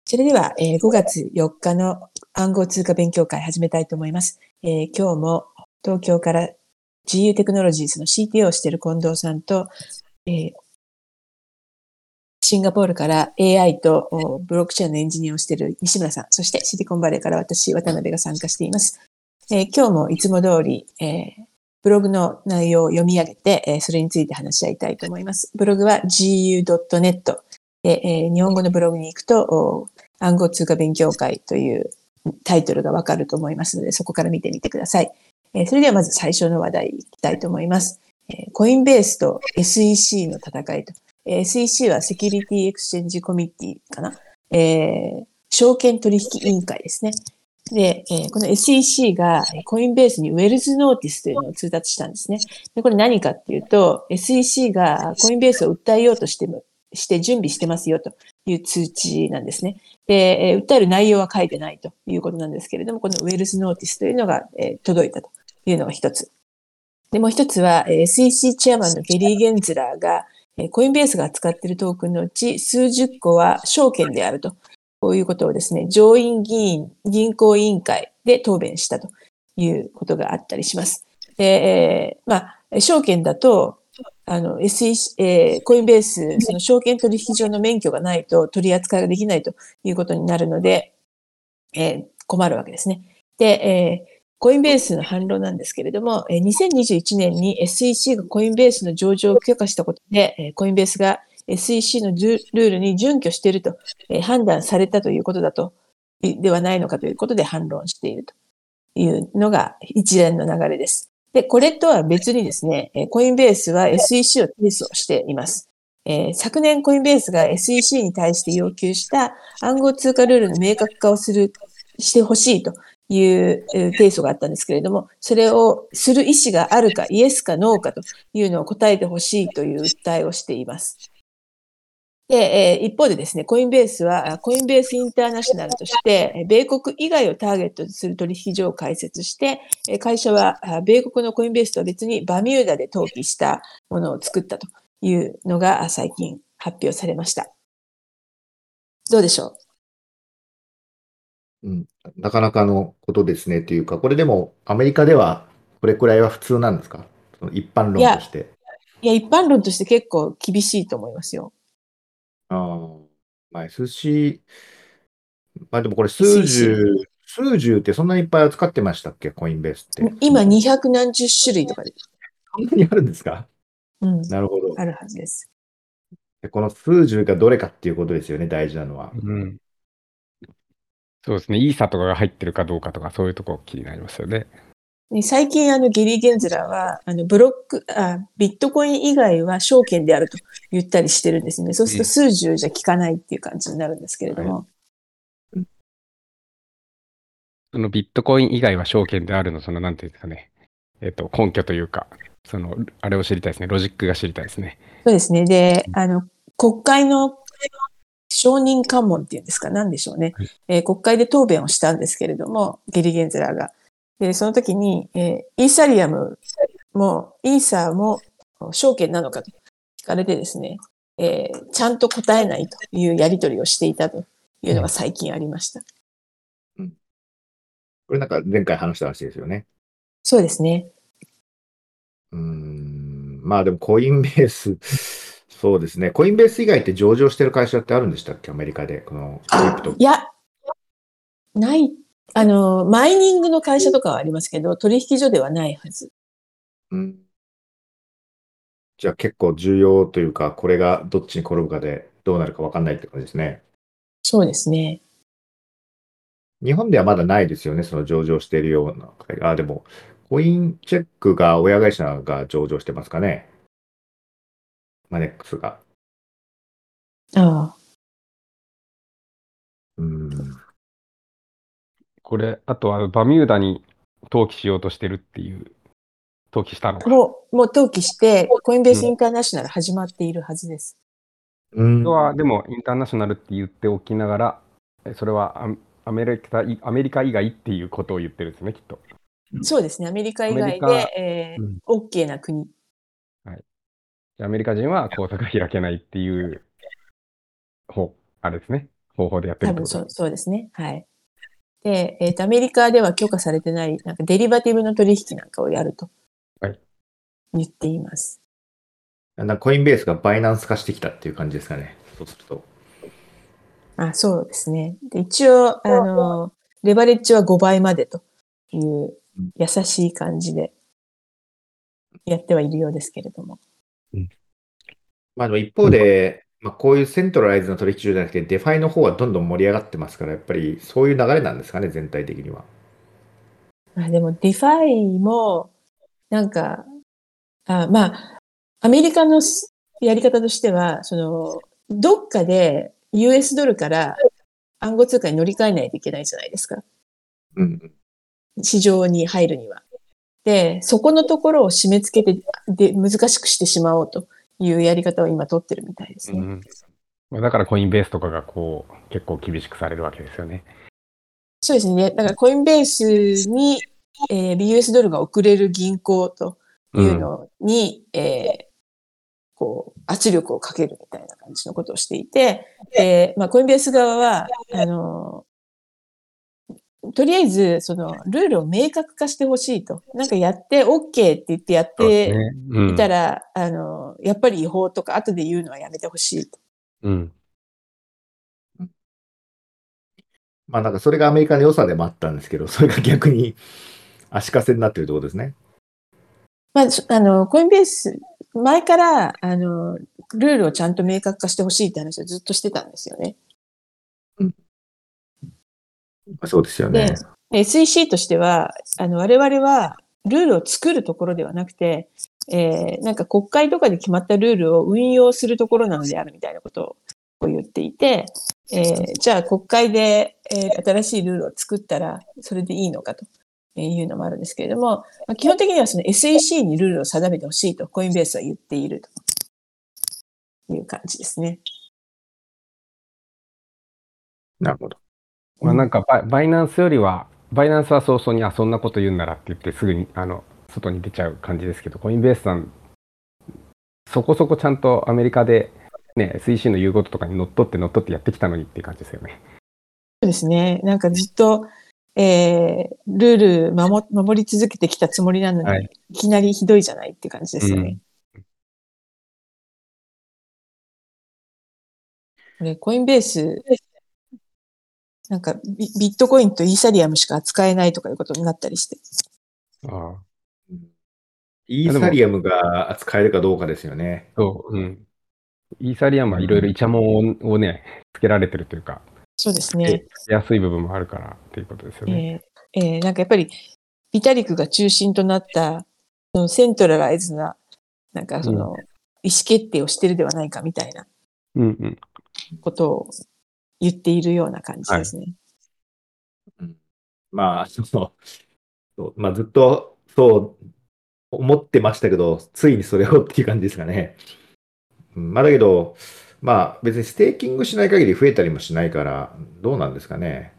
それでは、5月4日の暗号通貨勉強会始めたいと思います。今日も東京から GU テクノロジーズの CTO をしている近藤さんと、シンガポールから AI とブロックチェーンのエンジニアをしている西村さん、そしてシリコンバレーから私、渡辺が参加しています。今日もいつも通り、ブログの内容を読み上げて、それについて話し合いたいと思います。ブログは gu.net で、日本語のブログに行くと、暗号通貨勉強会というタイトルがわかると思いますので、そこから見てみてください。それではまず最初の話題いきたいと思います。コインベースと SEC の戦いと。SEC はセキュリティエクスチェンジコミッティかな。証券取引委員会ですね。で、この SEC がコインベースにウェルズノーティスというのを通達したんですね。で、これ何かっていうと、SEC がコインベースを訴えようとして準備してますよという通知なんですね。で、訴える内容は書いてないということなんですけれども、このウェルズノーティスというのが、届いたというのが一つ。で、もう一つは、SEC チェアマンのゲリー・ゲンズラーが、コインベースが扱っているトークンのうち数十個は証券であると。こういうことをですね、上院銀行委員会で答弁したということがあったりします。で、証券だと、SEC、コインベース、その証券取引所の免許がないと取り扱いができないということになるので、困るわけですね。で、コインベースの反論なんですけれども、2021年に SEC がコインベースの上場を許可したことで、コインベースが SEC のルールに準拠していると、判断されたということではないのかということで反論しているというのが一連の流れです。で、これとは別にですね、コインベースは SEC を提訴しています。昨年コインベースが SEC に対して要求した暗号通貨ルールの明確化をしてほしいという提訴があったんですけれども、それをする意思があるか、イエスかノーかというのを答えてほしいという訴えをしています。で、一方でですね、コインベースは、コインベースインターナショナルとして、米国以外をターゲットとする取引所を開設して、会社は、米国のコインベースとは別にバミューダで登記したものを作ったというのが最近発表されました。どうでしょうん、なかなかのことですねというか、これでもアメリカではこれくらいは普通なんですか？その一般う？いや、 論として。 一般論として結構厳しいと思いますよ。 ああ、まあ、まあでもこれ数十ってそんなにいっぱい扱ってましたっけ、コインベースって。そも今、 そも。 200何十種類とかで、 そんなにあるんですか？ うん、 なるほど。 あるはずです。 で、この数十がどれかっていうことですよね、大事なのは。 うん。そうですね。イーサとかが入ってるかどうかとか、そういうとこ気になりますよね。 最近、ゲリー・ゲンズラーは、ビットコイン以外は証券であると言ったりしてるんですね。そうすると数十じゃ効かないっていう感じになるんですけれどはい。 も。 そのビットコイン以外は証券であるの、なんていうんですかね。根拠というか、あれを知りたいですね。ロジックが知りたいですね。 そうですね。で、国会の承認喚問っていうんですか、なんでしょうね。 はい。 国会で答弁をしたんですけれども、ゲリー・ゲンズラーが。で、その時に、イーサリアムイーサーも証券なのかと聞かれてですね、ちゃんと答えないというやり取りをしていたというのが最近ありました。 うん。これなんか前回話した話ですよね。 そうですね。 まあでもコインベース、そうですね。コインベース以外って上場してる会社ってあるんでしたっけ、アメリカで。このクリプト。 いや、ない、マイニングの会社とかはありますけど、取引所ではないはず。 うん。じゃあ結構重要というか、これがどっちに転ぶかでどうなるか分かんないって感じですね。 そうですね。 日本ではまだないですよね、その上場しているような会が。あ、でも、コインチェックが親会社が上場してますかね。マネックスが。 ああ。 うん。 これ、あとはバミューダに登記しようとしてるっていう、登記したのか。 もう登記して、コインベーうん。 スインターナショナル始まっているはずです。 うん。 それは、でも、インターナショナルって言っておきながら、それはアメリカ以外っていうことを言ってるんですね、きっと。 そうですね。アメリカア以外メリカ、 で、 うん。 OK な国。 はい。アメリカ人は口座が開けないっていうあれですね。 方法でやってるってこと。 そうですね。はい。で、アメリカでは許可されてない、なんかデリバティブの取引なんかをやるとはい言っています。 なんかコインベースがバイナンス化してきたっていう感じですかね。そうすると。 そうですね。で、一応、レバレッジは5倍までという優しい感じでやってはいるようですけれども。 まあでも一方で、まあ、こういうセントラライズの取引所じゃなくて、デファイの方はどんどん盛り上がってますから、やっぱりそういう流れなんですかね、全体的には。 でも、ディファイも、なんか、アメリカのやり方としては、どっかで US ドルから暗号通貨に乗り換えないといけないじゃないですか。 うん。 市場に入るには。で、そこのところを締め付けて、で、難しくしてしまおうというやり方を今取ってるみたいですね。 だからコインベースとかがこう、結構厳しくされるわけですよね。 そうですね。だからコインベースに、US ドルが送れる銀行というのに、圧力をかけるみたいな感じのことをしていて、で、コインベース側は、とりあえず、ルールを明確化してほしいと。なんかやって OK って言ってやっていたら、やっぱり違法とか後で言うのはやめてほしいと。 まあなんかそれがアメリカの良さでもあったんですけど、それが逆に足かせになってるってことですね。 コインベース、前から、ルールをちゃんと明確化してほしいって話をずっとしてたんですよね。 そうですよね。 で、SEC としては、我々はルールを作るところではなくて、なんか国会とかで決まったルールを運用するところなのであるみたいなことを言っていて、じゃあ国会で、新しいルールを作ったらそれでいいのかというのもあるんですけれども、基本的にはその SEC にルールを定めてほしいとコインベースは言っているという感じですね。 なるほど。 なんかバイナンスよりは、バイナンスは早々にそんなこと言うんならって言ってすぐに外に出ちゃう感じですけど、コインベースさん、そこそこちゃんとアメリカで、ね、SEC の言うこととかに乗っ取ってやってきたのにっていう感じですよね。 そうですね。なんかずっと、ルール守り続けてきたつもりなのに、いきなりひどいじゃないっていう感じですよね。コインベース、なんかビットコインとイーサリアムしか扱えないとかいうことになったりして。 イーサリアムが扱えるかどうかですよね。 イーサリアムはいろいろイチャモンをね、つけられてるというか、 そうですね。 安い部分もあるからっていうことですよね。 なんかやっぱり、ビタリクが中心となった、そのセントラライズな、なんか意思決定をしてるではないかみたいなことを言っているような感じですね。 まあ、ずっとそう思ってましたけど、ついにそれをっていう感じですかね。だけど、別にステーキングしない限り増えたりもしないから、どうなんですかね。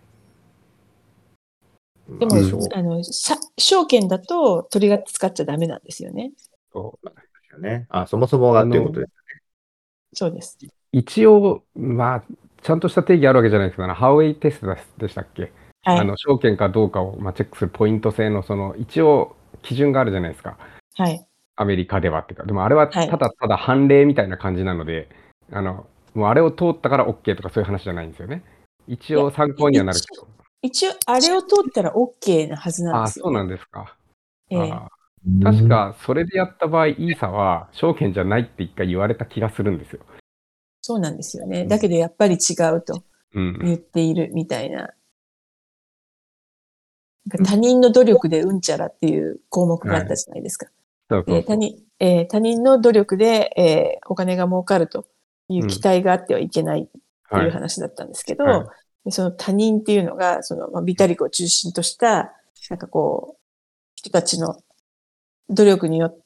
でも、証券だと鳥が使っちゃダメなんですよね。 そうなんですよね。そもそもがっていうことですよね。 そうです。 一応、ちゃんとした定義あるわけじゃないですけど、ハウェイテストでしたっけ？証券かどうかをチェックするポイント制の一応基準があるじゃないですか。 はい。 アメリカではっていうか、でもあれはただただ判例みたいな感じなので、もうあれを通ったから OK とかそういう話じゃないんですよね。一応参考にはなるけど。 一応あれを通ったら OK なはずなんですよ、 そうなんですか。確かそれでやった場合、イーサは証券じゃないって一回言われた気がするんですよ。 そうなんですよね。だけどやっぱり違うと言っているみたいな。他人の努力でうんちゃらっていう項目があったじゃないですか。他人の努力で、お金が儲かるという期待があってはいけないっていう話だったんですけど、その他人っていうのが、ビタリクを中心とした、なんか人たちの努力によって、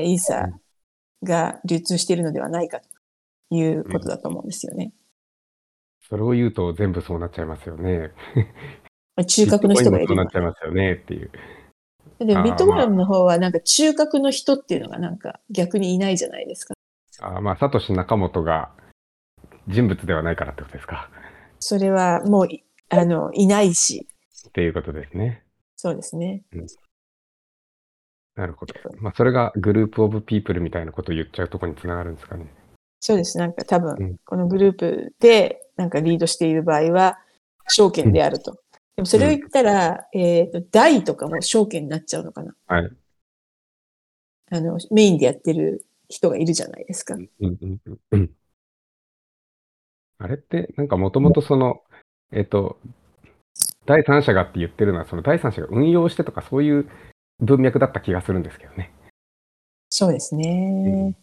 イーサが流通しているのではないかということだと思うんですよね。 それを言うと全部そうなっちゃいますよね。 中核の人がいる。 そうなっちゃいますよねっていう。 でもビットコインの方はなんか中核の人っていうのがなんか逆にいないじゃないですか。 サトシ・ナカモトが人物ではないからってことですか。 それはもういないし。 っていうことですね。 そうですね。 なるほど。まあ、それがグループオブピープルみたいなことを言っちゃうところにつながるんですかね。 そうです。なんか多分、 うんこのグループでなんかリードしている場合は、証券であると。でもそれを言ったら、大とかも証券になっちゃうのかな。 はい。 メインでやってる人がいるじゃないですか。 あれって、なんかもともと第三者がって言ってるのは、その第三者が運用してとかそういう文脈だった気がするんですけどね。 そうですね。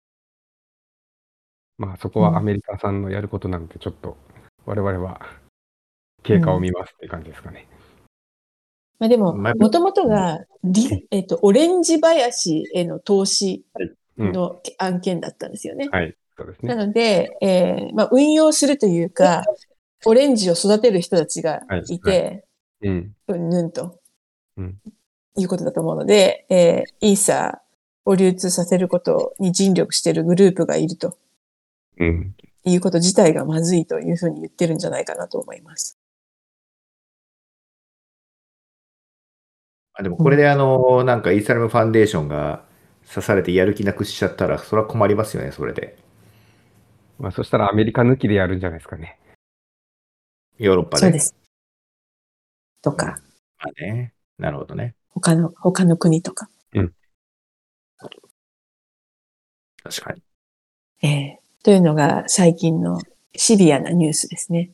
まあそこはアメリカさんのやることなんで、ちょっと我々は経過を見ますっていう感じですかね。 まあでも、もともとが、オレンジ林への投資の案件だったんですよね。 はい、そうですね。 なので、まあ運用するというか、オレンジを育てる人たちがいて、うんぬんと、いうことだと思うので、イーサを流通させることに尽力しているグループがいると、いうこと自体がまずいというふうに言ってるんじゃないかなと思います。 でもこれでなんかイーサリアムファンデーションが刺されてやる気なくしちゃったら、それは困りますよね、それで。 まあそしたらアメリカ抜きでやるんじゃないですかね。 ヨーロッパで。 そうです。とか。 まあね。なるほどね。 他の国とか。 確かに。 というのが最近のシビアなニュースですね。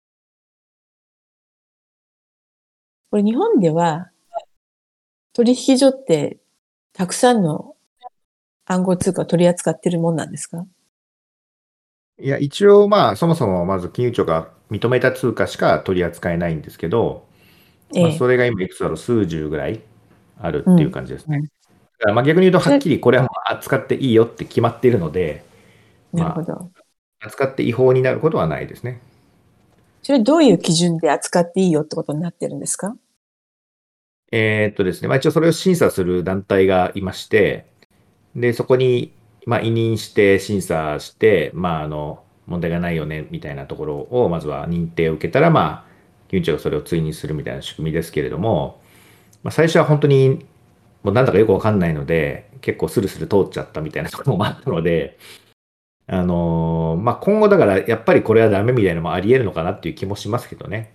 これ日本では取引所ってたくさんの暗号通貨を取り扱ってるもんなんですか？ いや、一応まあ、そもそもまず金融庁が認めた通貨しか取り扱えないんですけど、まあ、それが今いくつだろう、数十ぐらいあるっていう感じですね。だからまあ逆に言うと、はっきりこれは扱っていいよって決まっているので、 なるほど。 扱って違法になることはないですね。 それどういう基準で扱っていいよってことになってるんですか？ ですね、まあ一応それを審査する団体がいまして、で、そこに、まあ委任して審査して、まあ問題がないよねみたいなところを、まずは認定を受けたら、まあ、金融庁がそれを追認するみたいな仕組みですけれども、まあ最初は本当に、もうなんだかよくわかんないので、結構スルスル通っちゃったみたいなところもあったので、まあ今後だからやっぱりこれはダメみたいなのもあり得るのかなっていう気もしますけどね。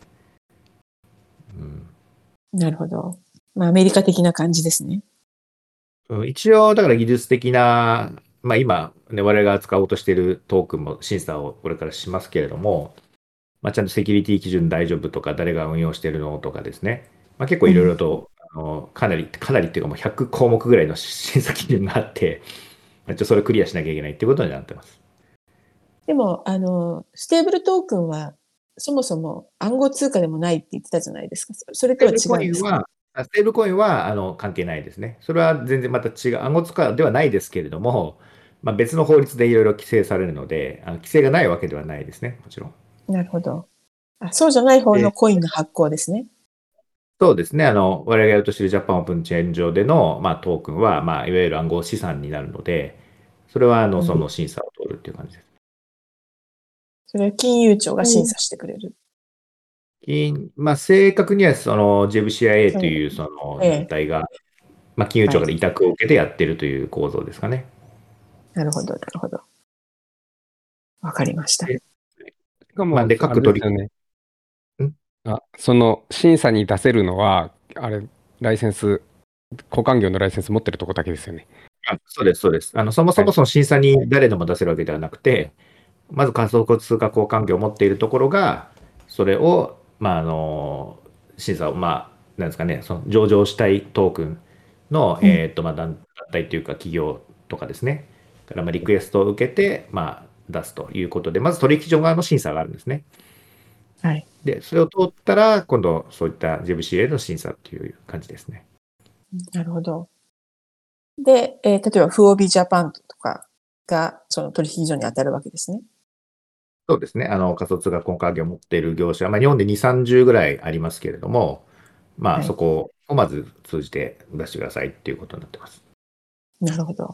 なるほど。まあアメリカ的な感じですね。 一応、だから技術的な、まあ今、ね、我々が使おうとしているトークンも審査をこれからしますけれども、まあ、ちゃんとセキュリティ基準大丈夫とか、誰が運用しているのとかですね、まあ、結構いろいろと、かなりっていうかもう100項目ぐらいの審査基準があって、それをクリアしなきゃいけないっていうことになってます。 でも、ステーブルトークンは、そもそも暗号通貨でもないって言ってたじゃないですか。それとは違うんですか？ ステーブルコインは関係ないですね。それは全然また違う、暗号通貨ではないですけれども、まあ、別の法律でいろいろ規制されるので、規制がないわけではないですね、もちろん。 なるほど。そうじゃない方のコインの発行ですね。 そうですね。我々がやるとしているジャパンオープンチェーン上での、まあ、トークンは、まあ、いわゆる暗号資産になるので、それはその審査を通るっていう感じです。 それは金融庁が審査してくれる。 まあ、正確にはその JBCIA というその団体が、まあ、金融庁から委託を受けてやってるという構造ですかね。 なるほど、なるほど。わかりました。 しかも、 まあ、で、各取り、 その審査に出せるのは、あれ、ライセンス、交換業のライセンス持ってるとこだけですよね。 そうです、そうです。そもそもその審査に誰でも出せるわけではなくて、まず仮想通貨交換業を持っているところが、それを、まあ、審査を、まあ、なんですかね、その上場したいトークンの、まあ、団体というか企業とかですね、からまあリクエストを受けて、まあ、出すということで、まず取引所側の審査があるんですね。 はい。 で、それを通ったら、今度、そういった JBCA の審査という感じですね。 なるほど。で、例えば、フオビジャパンとかが、その取引所に当たるわけですね。 そうですね。仮想通貨交換業を持っている業者、まあ、日本で2、30ぐらいありますけれども、まあ、そこをまず通じて出してくださいっていうことになってます。 なるほど。わ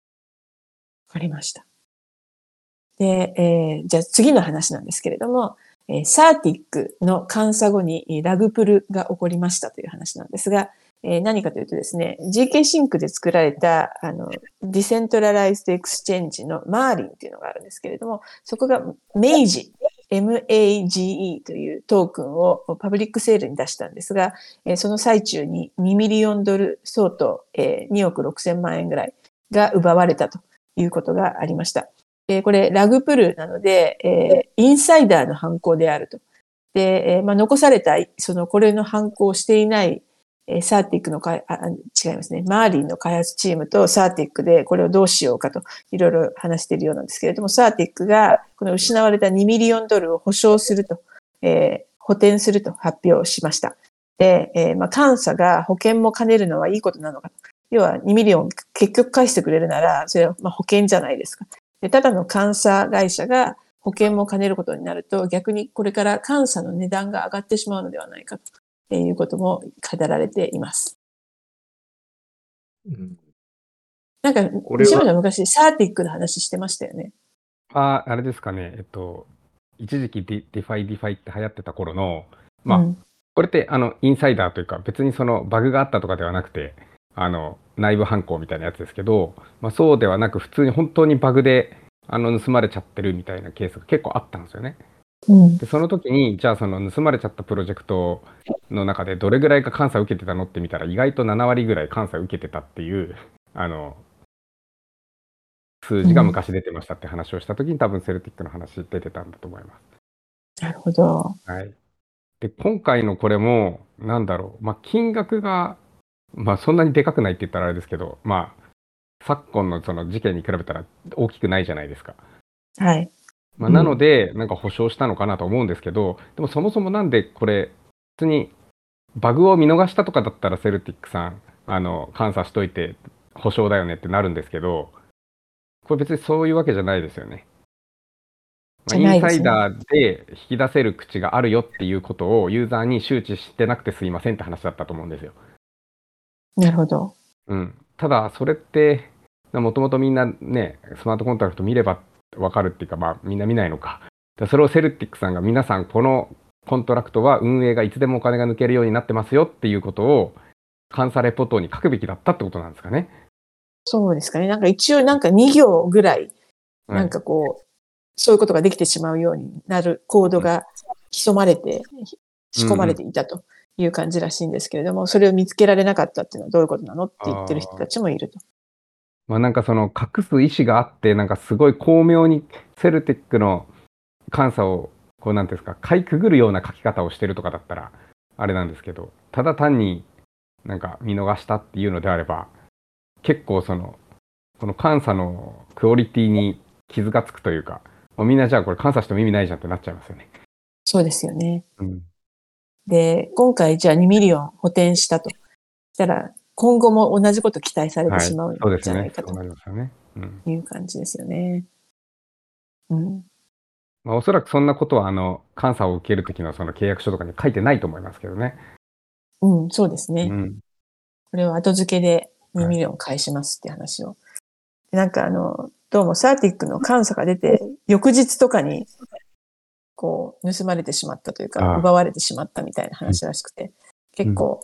かりました。で、じゃあ次の話なんですけれども、 サーティックの監査後にラグプルが起こりましたという話なんですが、何かというとですね、GK シンクで作られた、ディセントラライズドエクスチェンジのマーリンっていうのがあるんですけれども、そこがメイジ、MAGE というトークンをパブリックセールに出したんですが、その最中に2ミリオンドル相当、2億6千万円ぐらいが奪われたということがありました。これラグプルなので、インサイダーの犯行であると。で、残された、これの犯行をしていない、サーティックの違いますね。マーリンの開発チームとサーティックでこれをどうしようかといろいろ話しているようなんですけれども、サーティックがこの失われた2ミリオンドルを補償すると、補填すると発表しました。で、監査が保険も兼ねるのはいいことなのかと。要は2ミリオン結局返してくれるなら、それは保険じゃないですか。で、ただの監査会社が保険も兼ねることになると、逆にこれから監査の値段が上がってしまうのではないかということも語られています。なんか、西村さん昔サーティックの話してましたよね。 あれですかね。一時期ディファイって流行ってた頃の、これってインサイダーというか、別にそのバグがあったとかではなくて、内部犯行みたいなやつですけど、そうではなく普通に本当にバグで盗まれちゃってるみたいなケースが結構あったんですよね。でその時にじゃあその盗まれちゃったプロジェクトの中でどれぐらいが監査を受けてたのって見たら意外と7割ぐらい監査を受けてたっていう数字が昔出てましたって話をした時に多分セルティックの話出てたんだと思います。 なるほど。 はい。で今回のこれもなんだろう、金額がそんなにでかくないって言ったらあれですけど、昨今のその事件に比べたら大きくないじゃないですか。 はい。 なので、なんか保証したのかなと思うんですけど、でもそもそもなんでこれ、普通にバグを見逃したとかだったらセルティックさん、監査しといて保証だよねってなるんですけど、これ別にそういうわけじゃないですよね。インサイダーで引き出せる口があるよっていうことをユーザーに周知してなくてすいませんって話だったと思うんですよ。 なるほど。 ただそれってもともとみんなねスマートコントラクト見れば分かるっていうか、みんな見ないのか。それをセルティックさんが皆さんこのコントラクトは運営がいつでもお金が抜けるようになってますよっていうことを監査レポートに書くべきだったってことなんですかね。 そうですかね。なんか一応なんか2行ぐらい、なんかそういうことができてしまうようになるコードが仕込まれていたという感じらしいんですけれども、それを見つけられなかったっていうのはどういうことなのって言ってる人たちもいると。 なんかその隠す意思があって、なんかすごい巧妙にセルティックの監査をなんていうんですか、かいくぐるような書き方をしてるとかだったらあれなんですけど、ただ単になんか見逃したっていうのであれば、結構この監査のクオリティに傷がつくというか、もうみんなじゃあこれ監査しても意味ないじゃんってなっちゃいますよね。 そうですよね。で、今回じゃあ2ミリオン補填したとしたら、今後も同じこと期待されてしまうんじゃないかという感じですよね。 おそらくそんなことは監査を受けるときのその契約書とかに書いてないと思いますけどね。 そうですね。これを後付けで2ミリオン返しますって話を。なんかどうもサーティックの監査が出て、翌日とかに盗まれてしまったというか、奪われてしまったみたいな話らしくて、結構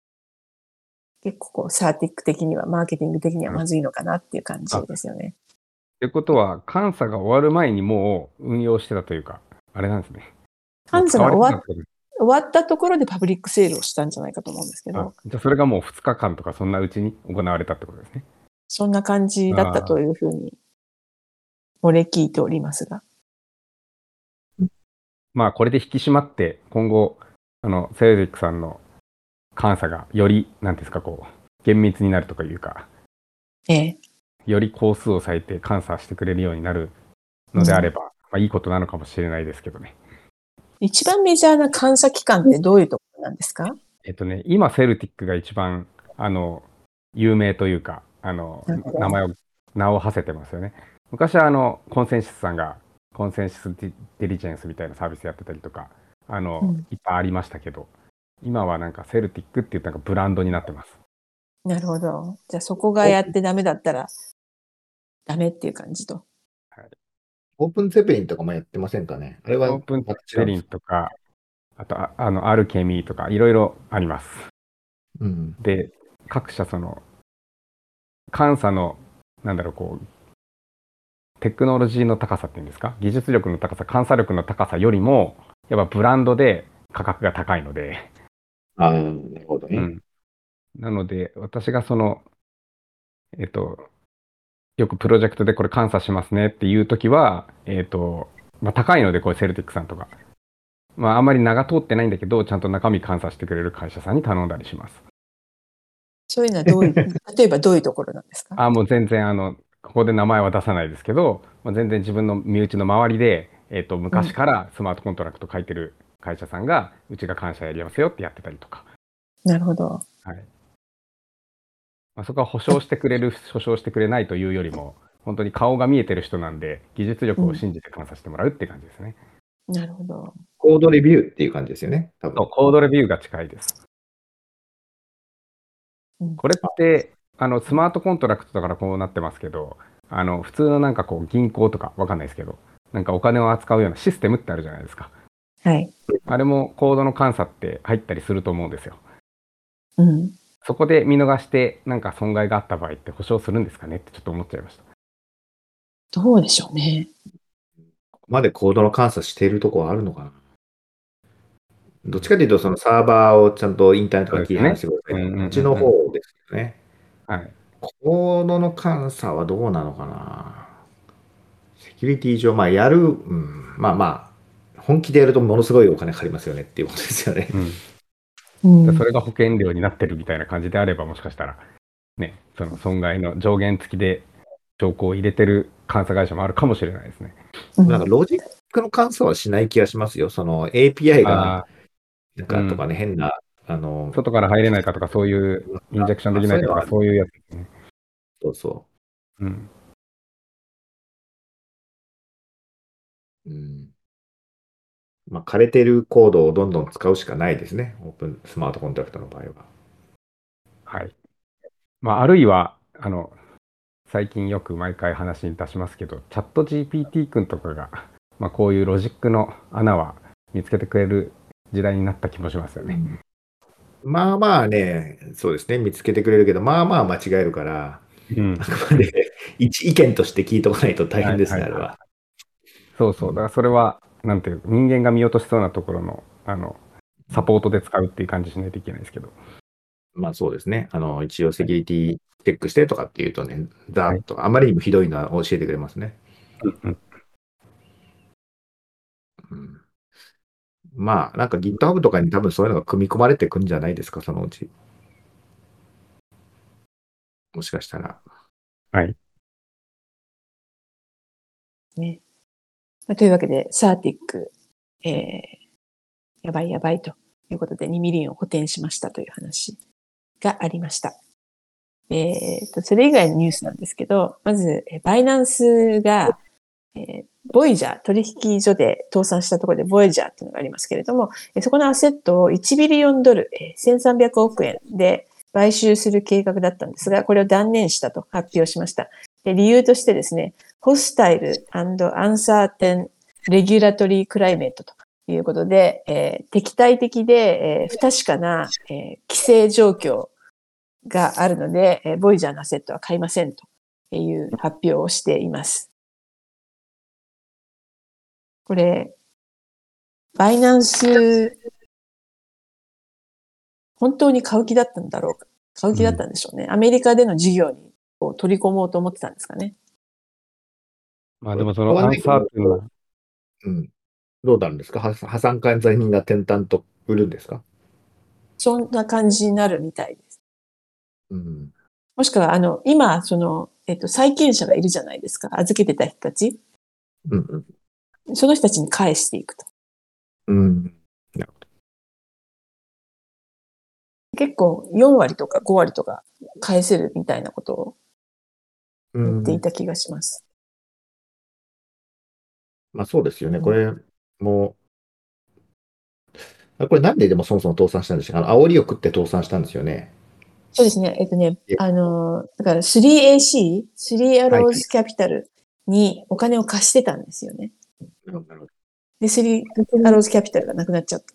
サーティック的には、マーケティング的にはまずいのかなっていう感じですよね。 ということは、監査が終わる前にもう運用してたというか、あれなんですね。 監査が終わったところでパブリックセールをしたんじゃないかと思うんですけど。 じゃあそれがもう2日間とかそんなうちに行われたってことですね。 そんな感じだったというふうに、漏れ聞いておりますが。 これで引き締まって、今後、セルティックさんの監査がより、なんですか、厳密になるとかいうか、より工数を割いて監査してくれるようになるのであれば、いいことなのかもしれないですけどね。一番メジャーな監査機関ってどういうところなんですか？ 今、セルティックが一番、有名というか、名を馳せてますよね。昔は、コンセンシスさんが、コンセンシスディリジェンスみたいなサービスやってたりとか、いっぱいありましたけど、今はなんかセルティックっていうなんかブランドになってます。 なるほど。じゃあそこがやってダメだったら、ダメっていう感じと。 オープンゼペリンとかもやってませんかね。あれはオープンまた違ゼリうんですか？ ンとか、あと、アルケミーとか、いろいろあります。 うん。 で、各社監査の、テクノロジーの高さっていうんですか、技術力の高さ、監査力の高さよりも、やっぱブランドで価格が高いので、 ああ、なるほどね。 うん。なので、私がえっと、よくプロジェクトでこれ監査しますねっていうときは、高いので、これセルティックさんとか。あんまり名が通ってないんだけど、ちゃんと中身監査してくれる会社さんに頼んだりします。 そういうのは例えばどういうところなんですか？ もう全然ここで名前は出さないですけど、全然自分の身内の周りで、昔からスマートコントラクト書いてる会社さんが、うちが監査やりますよってやってたりとか。 なるほど。 はい。そこは保証してくれる、保証してくれないというよりも、本当に顔が見えてる人なんで、技術力を信じて監査してもらうって感じですね。 なるほど。 コードレビューっていう感じですよね、多分。 コードレビューが近いです。これって、スマートコントラクトだからこうなってますけど、普通の銀行とかわかんないですけど、お金を扱うようなシステムってあるじゃないですか。 はい。 あれもコードの監査って入ったりすると思うんですよ。 うん。 そこで見逃して損害があった場合って保証するんですかねってちょっと思っちゃいました。 どうでしょうね。 ここまでコードの監査しているところはあるのかな。どっちかというと、そのサーバーをちゃんとインターネットから切り離してください。こっちの方ですよね。 はい。 コードの監査はどうなのかな。セキュリティ上、やる、本気でやるとものすごいお金かかりますよねっていうことですよね。 それが保険料になってるみたいな感じであれば、もしかしたら、ね、その損害の上限付きで証拠を入れてる監査会社もあるかもしれないですね。 ロジックの監査はしない気がしますよ。その API が、とかね、変な、 外から入れないかとか、そういうインジェクションできないかとか、そういうやつですね。 そうそう。枯れてるコードをどんどん使うしかないですね。オープンスマートコントラクトの場合は。 はい。あるいは、最近よく毎回話に出しますけど、チャット GPT 君とかが、こういうロジックの穴は見つけてくれる時代になった気もしますよね。 そうですね、見つけてくれるけど、間違えるから、あくまで一意見として聞いとかないと大変ですね、あれは。 そうそう、だからそれは、なんていう、人間が見落としそうなところの、サポートで使うっていう感じしないといけないですけど。 そうですね。一応セキュリティチェックしてとかっていうとね、ざーっと、あまりにもひどいのは教えてくれますね。GitHub とかに多分そういうのが組み込まれてくんじゃないですか、そのうち。もしかしたら。 はい。 ね。というわけで、サーティック、やばいやばいということで2ミリオンを補填しましたという話がありました。それ以外のニュースなんですけど、まず、バイナンスが、ボイジャー、取引所で倒産したところでボイジャーっていうのがありますけれども、そこのアセットを1ビリオンドル、1300億円で買収する計画だったんですが、これを断念したと発表しました。で、理由としてですね、ホスタイル&アンサーテンレギュラトリークライメットということで、敵対的で、不確かな、規制状況があるので、ボイジャーのアセットは買いませんという発表をしています。これ、バイナンス、本当に買う気だったんだろうか。買う気だったんでしょうね。アメリカでの事業に取り込もうと思ってたんですかね。 でもそのアンサーっていうのは、 どうなるんですか？破産管財人が転々と売るんですか？ そんな感じになるみたいです。もしくは、今、債権者がいるじゃないですか。預けてた人たち。その人たちに返していくと。 なるほど。 結構4割とか5割とか返せるみたいなことを言っていた気がします。 そうですよね。これもこれなんででもそもそも倒産したんでしたか？煽りを食って倒産したんですよね。 そうですね。だから 3AC、3アローズキャピタルにお金を貸してたんですよね。 なるほど。 で、スリーアローズキャピタルがなくなっちゃった。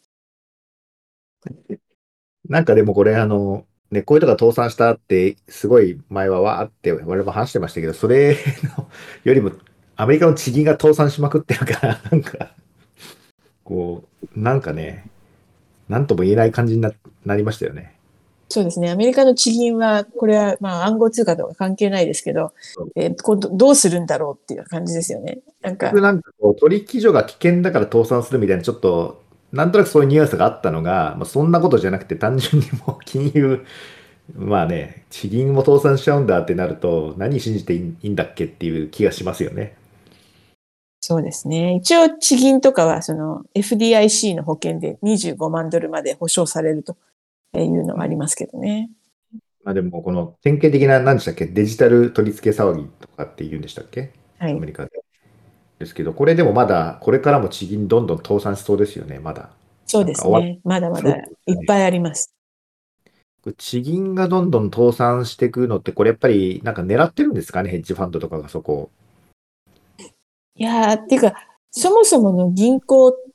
なんかでもこれね、こういうとこが倒産したって、すごい前はわーって我々も話してましたけど、それのよりもアメリカの地銀が倒産しまくってるから、なんか、こう、なんかね、なんとも言えない感じになりましたよね。 そうですね。アメリカの地銀は、これはまあ暗号通貨とか関係ないですけど、 そう今度どうするんだろうっていう感じですよね。なんか、 なんかこう取引所が危険だから倒産するみたいな、ちょっと、なんとなくそういうニュアンスがあったのが、まあ、そんなことじゃなくて、単純にもう金融、まあね、地銀も倒産しちゃうんだってなると、何信じていいんだっけっていう気がしますよね。 そうですね。一応地銀とかはその FDIC の保険で25万ドルまで保証されるというのはありますけどね。 まあでも、この典型的な、何でしたっけ、デジタル取り付け騒ぎとかって言うんでしたっけ、 はい。 アメリカで。ですけど、これでもまだ、これからも地銀どんどん倒産しそうですよね、まだ。 そうなんか終わっですね。まだまだいっぱいあります。 地銀がどんどん倒産していくのって、これやっぱりなんか狙ってるんですかね、ヘッジファンドとかがそこを。 いやー、っていうか、そもそもの銀行って、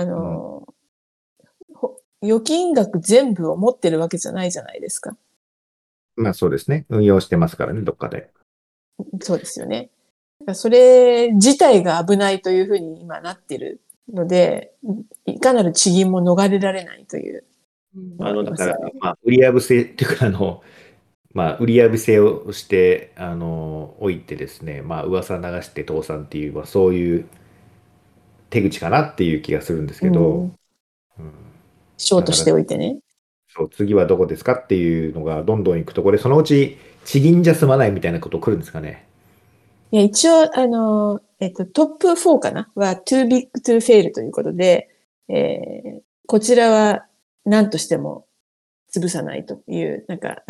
預金額全部を持ってるわけじゃないじゃないですか。 まあそうですね。運用してますからね、どっかで。 そうですよね。それ自体が危ないというふうに今なってるので、いかなる地銀も逃れられないというのがありだから、 ますよね。 まあ、売り破せっていうか、まあ、売り破せをして、おいてですね、まあ、噂流して倒産っていう、まあ、そういう手口かなっていう気がするんですけど、 ショートしてだからおいてね。 そう次はどこですかっていうのがどんどんいくと、これ、そのうち地銀じゃ済まないみたいなこと来るんですかね。 いや、一応、トップ4かなは too big to fail ということで、こちらは何としても潰さないという、なんか、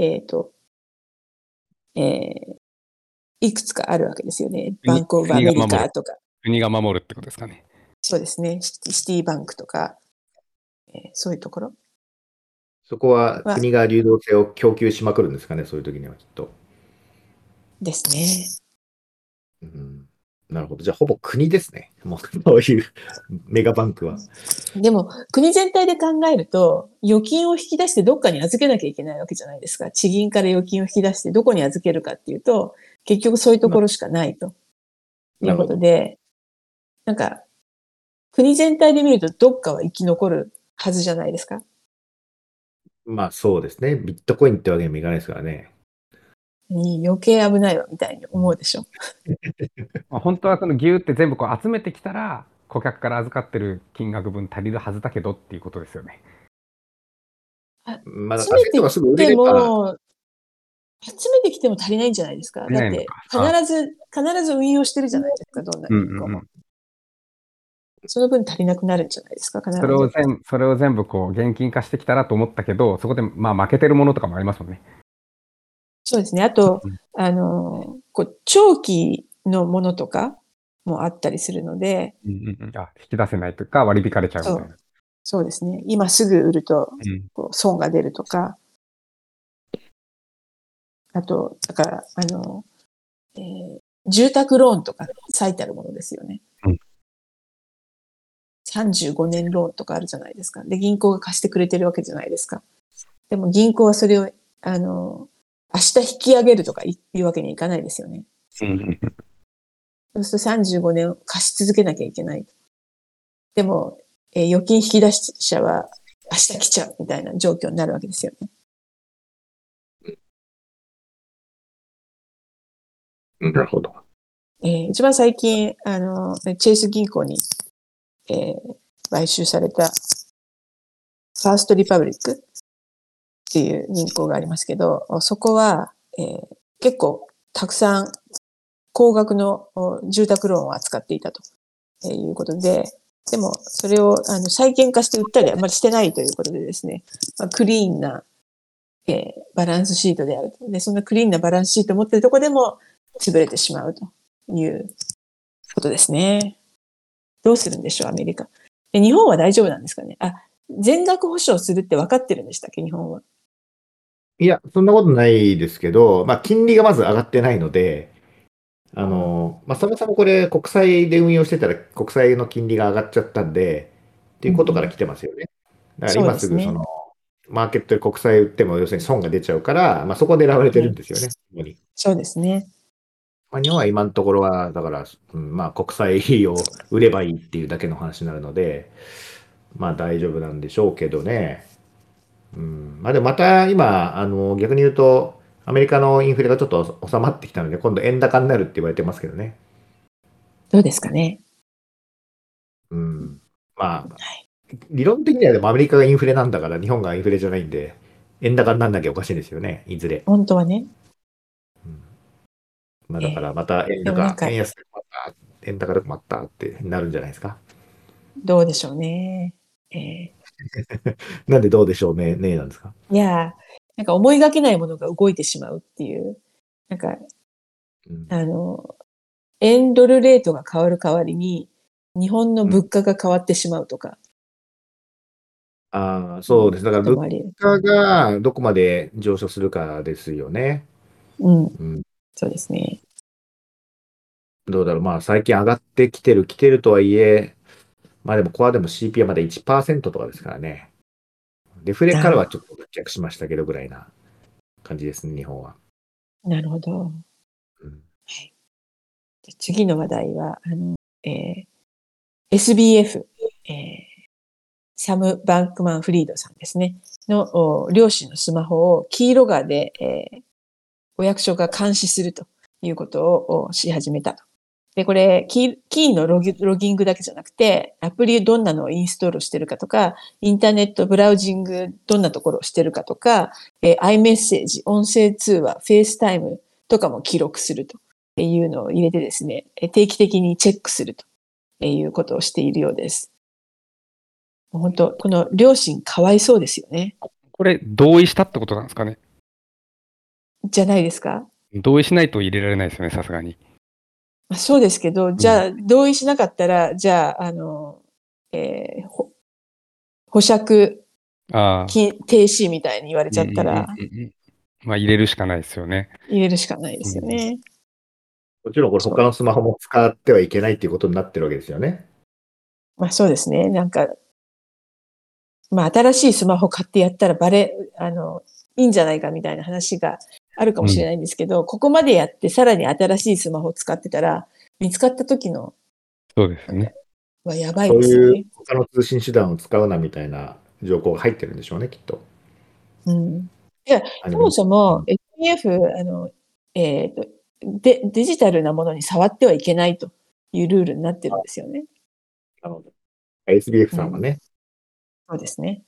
いくつかあるわけですよね。バンクオブアメリカとか。 国が守るってことですかね。 そうですね。シティバンクとか、そういうところ。 そこは国が流動性を供給しまくるんですかね、そういう時にはきっと。 ですね。 なるほど。じゃあ、ほぼ国ですね。もう、そういうメガバンクは。 でも、国全体で考えると、預金を引き出してどっかに預けなきゃいけないわけじゃないですか。地銀から預金を引き出してどこに預けるかっていうと、結局そういうところしかないということで、なんか、国全体で見るとどっかは生き残るはずじゃないですか。 まあ、そうですね。ビットコインってわけにもいかないですからね。 余計危ないわみたいに思うでしょ。 本当はそのギューって全部こう集めてきたら、顧客から預かってる金額分足りるはずだけどっていうことですよね。 まだ集めてきても、足りないんじゃないですか。だって必ず運用してるじゃないですか、どんな銀行も。その分足りなくなるんじゃないですか、必ず。 それを全部こう現金化してきたらと思ったけど、そこでまあ負けてるものとかもありますもんね。 そうですね。あと、長期のものとかもあったりするので、 引き出せないとか割り引かれちゃうみたいな。 そうですね。今すぐ売ると損が出るとか、あと、だから、住宅ローンとか最たるものですよね。35年ローンとかあるじゃないですか。で、銀行が貸してくれてるわけじゃないですか。でも銀行はそれを、明日引き上げるとかいうわけにはいかないですよね。そうすると35年貸し続けなきゃいけない。でも、預金引き出し者は明日来ちゃうみたいな状況になるわけですよね。 なるほど。 一番最近、チェイス銀行に、買収された、ファーストリパブリックっていう銀行がありますけど、そこは、結構たくさん高額の住宅ローンを扱っていたということで、でもそれを債券化して売ったりあまりしてないということでですね、クリーンな、バランスシートであると。で、そんなクリーンなバランスシートを持っているところでも潰れてしまうということですね。どうするんでしょう、アメリカ。で、日本は大丈夫なんですかね。全額保証するって分かってるんでしたっけ、日本は。 いや、そんなことないですけど、まあ、金利がまず上がってないので、 そもそもこれ国債で運用してたら国債の金利が上がっちゃったんで、っていうことから来てますよね。だからそうですね。 今すぐマーケットで国債売っても要するに損が出ちゃうから、そこで狙われてるんですよね。主にそうですね。 日本は今のところは、だから、国債を売ればいいっていうだけの話になるので、大丈夫なんでしょうけどね。でもまた今、逆に言うと、アメリカのインフレがちょっと収まってきたので、今度円高になるって言われてますけどね。 どうですかね。 うん。まあ、 はい。 理論的にはでもアメリカがインフレなんだから、日本がインフレじゃないんで、円高になんなきゃおかしいんですよね、いずれ。 本当はね。 だからまたでもなんか、 円安で困った、円高で困ったってなるんじゃないですか。 どうでしょうね。 なんでどうでしょうね、なんですか。 いや、なんか思いがけないものが動いてしまうっていう、なんか、円ドルレートが変わる代わりに、日本の物価が変わってしまうとか。 そうです。だから物こともあり価がどこまで上昇するかですよね。 そうですね。 どうだろう。最近上がってきてるとはいえ、でも、コアでも CP はまだ 1% とかですからね。デフレからはちょっと脱却しましたけどぐらいな感じですね、日本は。 なるほど。はい。次の話題は、SBF、サム・バンクマン・フリードさんですね、の両親のスマホをキーロガーで、お役所が監視するということをし始めたと。で、これ、キーのロギングだけじゃなくて、アプリどんなのをインストールしてるかとか、インターネットブラウジングどんなところをしてるかとか、iMessage、音声通話、フェイスタイムとかも記録するというのを入れてですね、定期的にチェックするということをしているようです。本当、この両親かわいそうですよね。 これ、同意したってことなんですかね。 じゃないですか。 同意しないと入れられないですよね、さすがに。 そうですけど、じゃあ、同意しなかったら、じゃあ、保釈停止みたいに言われちゃったら、 入れるしかないですよね。 入れるしかないですよね。 もちろんこれ他のスマホも使ってはいけないっていうことになってるわけですよね。 そうですね。なんか、新しいスマホ買ってやったらいいんじゃないかみたいな話があるかもしれないんですけど、ここまでやってさらに新しいスマホを使ってたら、見つかった時の、 そうですね。 はやばいそうですよね。 いう他の通信手段を使うなみたいな条項が入ってるんでしょうね、きっと。 いや、そもそも SPF、デジタルなものに触ってはいけないというルールになってるんですよね。 なので、SBF さんはね。 そうですね。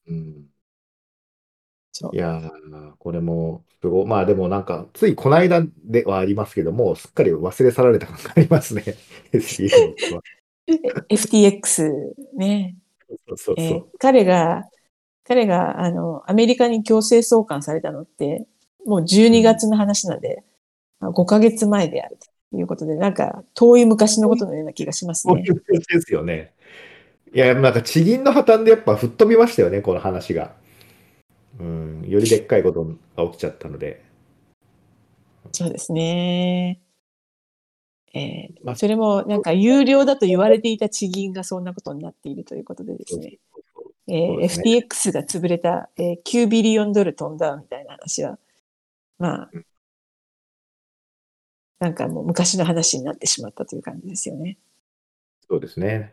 いやー、これもすごい。でもなんか、ついこの間ではありますけども、すっかり忘れ去られた感がありますね。SBF は。 FTX ね。 そうそう。 彼が、アメリカに強制送還されたのって、もう12月の話なんで、5ヶ月前であるということで、なんか遠い昔のことのような気がしますね。 そういう感じですよね。いや、なんか地銀の破綻でやっぱ吹っ飛びましたよね、この話が。よりでっかいことが起きちゃったので。 そうですね。それもなんか有料だと言われていた地銀がそんなことになっているということでですね。FTX が潰れた、9ビリオンドル飛んだみたいな話は、なんかもう昔の話になってしまったという感じですよね。 そうですね。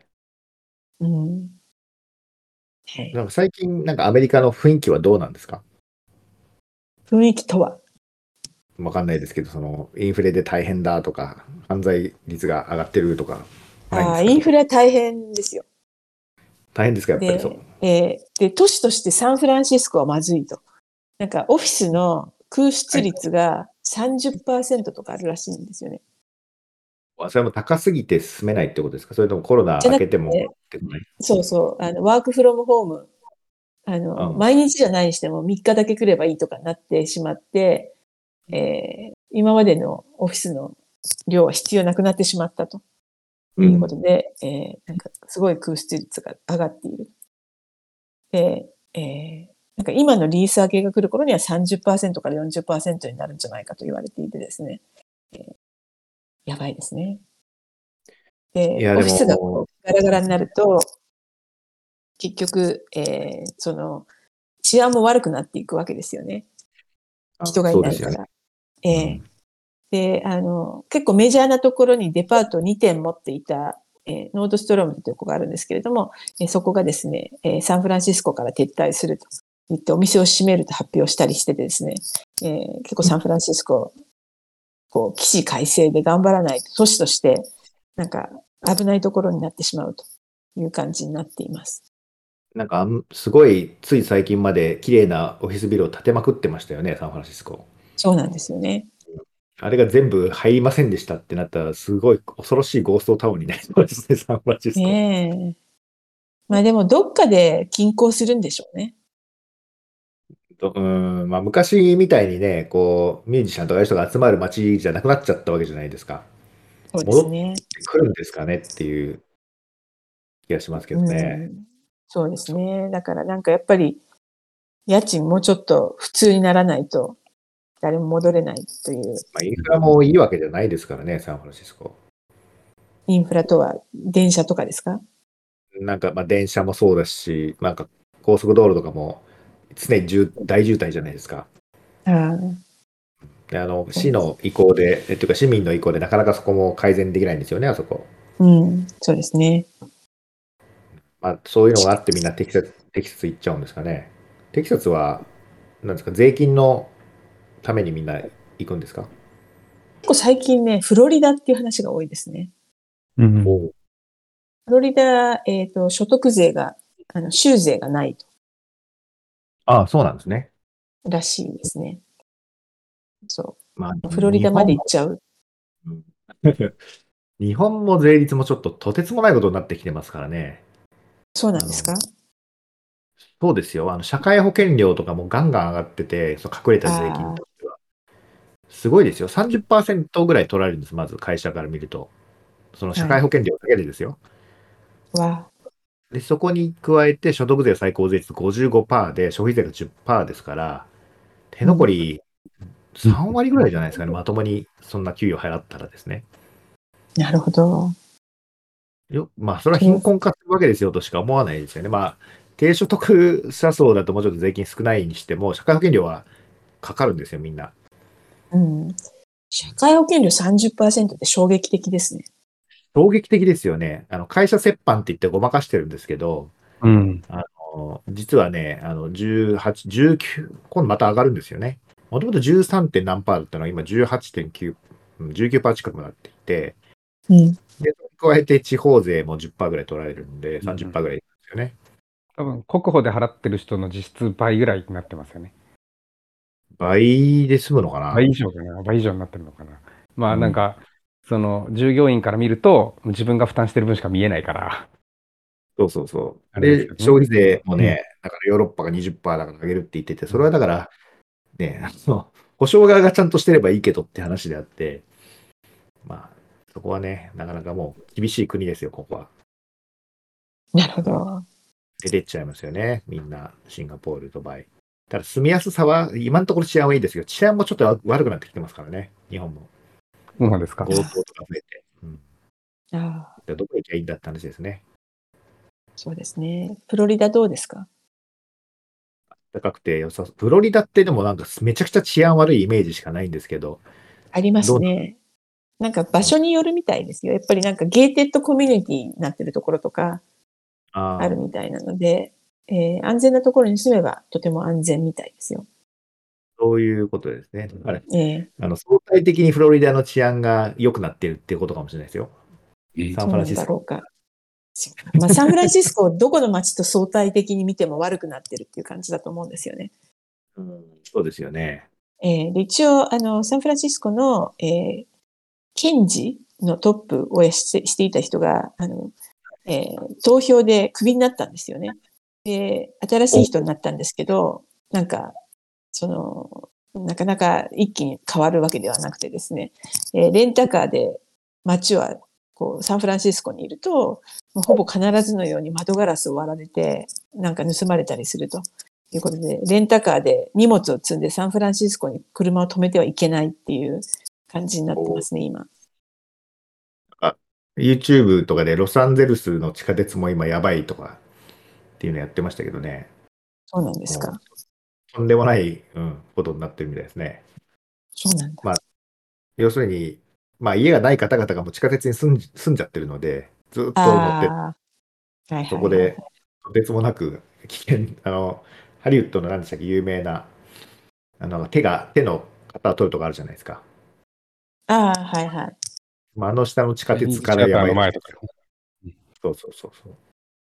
はい、 なんか最近、なんかアメリカの雰囲気はどうなんですか？ 雰囲気とはわかんないですけど、インフレで大変だとか、犯罪率が上がってるとか、ないんですか？ インフレは大変ですよ。 大変ですか、やっぱりそう。 で、都市としてサンフランシスコはまずいと。なんかオフィスの空室率が 30% とかあるらしいんですよね。 それも高すぎて進めないってことですか？それともコロナ明けてもってことない？ そうそう。ワークフロムホーム。毎日じゃないにしても3日だけ来ればいいとかなってしまって、今までのオフィスの量は必要なくなってしまったということで、なんかすごい空室率が上がっている。で、なんか今のリース明けが来る頃には 30% から 40% になるんじゃないかと言われていてですね。 やばいですね。 いで、 や、でオフィスがも、 ガラガラになると、結局、治安も悪くなっていくわけですよね。人がいそうですよね。 ないから。で、結構メジャーなところにデパート2店持っていた、ノードストロームというところがあるんですけれども、そこがですね、サンフランシスコから撤退すると言ってお店を閉めると発表したりしててですね、結構サンフランシスコ、こう、起死回生で頑張らないと、都市として、なんか危ないところになってしまうという感じになっています。 なんか、すごい、つい最近まで綺麗なオフィスビルを建てまくってましたよね、サンフランシスコ。 そうなんですよね。 あれが全部入りませんでしたってなったら、すごい恐ろしいゴーストタウンになりそうですね、サンフランシスコ。 ねえ。まあでもどっかで均衡するんでしょうね。 まあ、昔みたいにね、こう、ミュージシャンとかいう人が集まる街じゃなくなっちゃったわけじゃないですか。 そうで戻っすね。 てくるんですかねっていう気がしますけどね。 そうですね。だからなんかやっぱり家賃もうちょっと普通にならないと誰も戻れないというまあ、インフラもいいわけじゃないですからね、サンフランシスコ。 インフラとは電車とかですか？ なんか、まあ、電車もそうだし、なんか、高速道路とかも常に大渋滞じゃないですか。 ああ、 で、市の意向で、っていうか市民の意向でなかなかそこも改善できないんですよね、あそこ。 そうですね。 まあ、そういうのがあってみんなテキサス行っちゃうんですかね。テキサスは、なんですか、税金のためにみんな行くんですか？ 結構最近ね、フロリダっていう話が多いですね。 おフロリダ、所得税が、州税がないああ、そうなんですね。 らしいですね。そまあ、 う。フロリダまで行っちゃう。 うん、日本も税率もちょっととてつもないことになってきてますからね。 そうなんですか？ そうですよ。社会保険料とかもガンガン上がってて、その隠れた税金あとしては。すごいですよ。30%ぐらい取られるんです、まず会社から見ると。そのあ、はい。 社会保険料だけでですよ。 は、 で、そこに加えて所得税最高税率55%で、消費税が10%ですから、手残り3割ぐらいじゃないですかね。まともにそんな給与払ったらですね。 なるほど。 まあ、それは貧困化するわけですよとしか思わないですよね。まあ、低所得者層だともうちょっと税金少ないにしても、社会保険料はかかるんですよ、みんな。 社会保険料 30% って衝撃的ですね。 衝撃的ですよね。会社折半って言ってごまかしてるんですけど、実はね、18、19、今度また上がるんですよね。もともと 13. 点何パーだったのが今 18.9、19%近くなっていて、で、それに加えて地方税も10%ぐらい取られるんで、30%ぐらいですよね。 多分国保で払ってる人の実質倍ぐらいになってますよね。 倍で済むのかな。 倍以上かな。倍以上になってるのかな。まあなんか、その従業員から見ると自分が負担してる分しか見えないから。 そうそうそう。で、 あれですけどね。 消費税もね、だからヨーロッパが 20% だから上げるって言ってて、それはだから、ね、保証側がちゃんとしてればいいけどって話であって、まあ、そこはね、なかなかもう厳しい国ですよ、ここは。 なるほど。 出てっちゃいますよね、みんな、シンガポール、ドバイ。ただ住みやすさは、今のところ治安はいいですけど、治安もちょっと悪くなってきてますからね、日本も。 そうなんですか。 強盗とか増えて。 ああ、 どこ行きゃいいんだって話ですね。 そうですね。フロリダどうですか？ 高くて良さそう。フロリダってでもなんかめちゃくちゃ治安悪いイメージしかないんですけど、 ありまどうなすね。なんか場所によるみたいですよ。やっぱりなんかゲーテッドコミュニティになってるところとかあるみたいなので、安全なところに住めばとても安全みたいですよ。 そういうことですね。だからえ相対的にフロリダの治安が良くなってるっていうことかもしれないですよ。サンそうなんフランシスコ。 だろうか。まあ、サンフランシスコ、どこの街と相対的に見ても悪くなってるっていう感じだと思うんですよね。 そうですよね。 で一応、サンフランシスコの、検事のトップをしていた人が、投票でクビになったんですよね。で、新しい人になったんですけど、なんか、なかなか一気に変わるわけではなくてですね、レンタカーで街は、こう、サンフランシスコにいると、もうほぼ必ずのように窓ガラスを割られて、なんか盗まれたりするということで、レンタカーで荷物を積んでサンフランシスコに車を止めてはいけないっていう感じになってますね、今。 YouTube とかでロサンゼルスの地下鉄も今やばいとかっていうのやってましたけどね。 そうなんですもうか。 とんでもない、ことになってるみたいですね。 そうなんだ。 まあ、要するに、まあ家がない方々がもう地下鉄に住んじゃってるので、ずっと乗って、 ああ、はいはいはいはい。 そこでとてつもなく危険、ハリウッドの何でしたっけ、有名な、手の型を取るとこあるじゃないですか。 ああ、はいはい。 まあ、あの下の地下鉄チャイニーズからやばい。 シアターの前とか。 そうそうそうそう。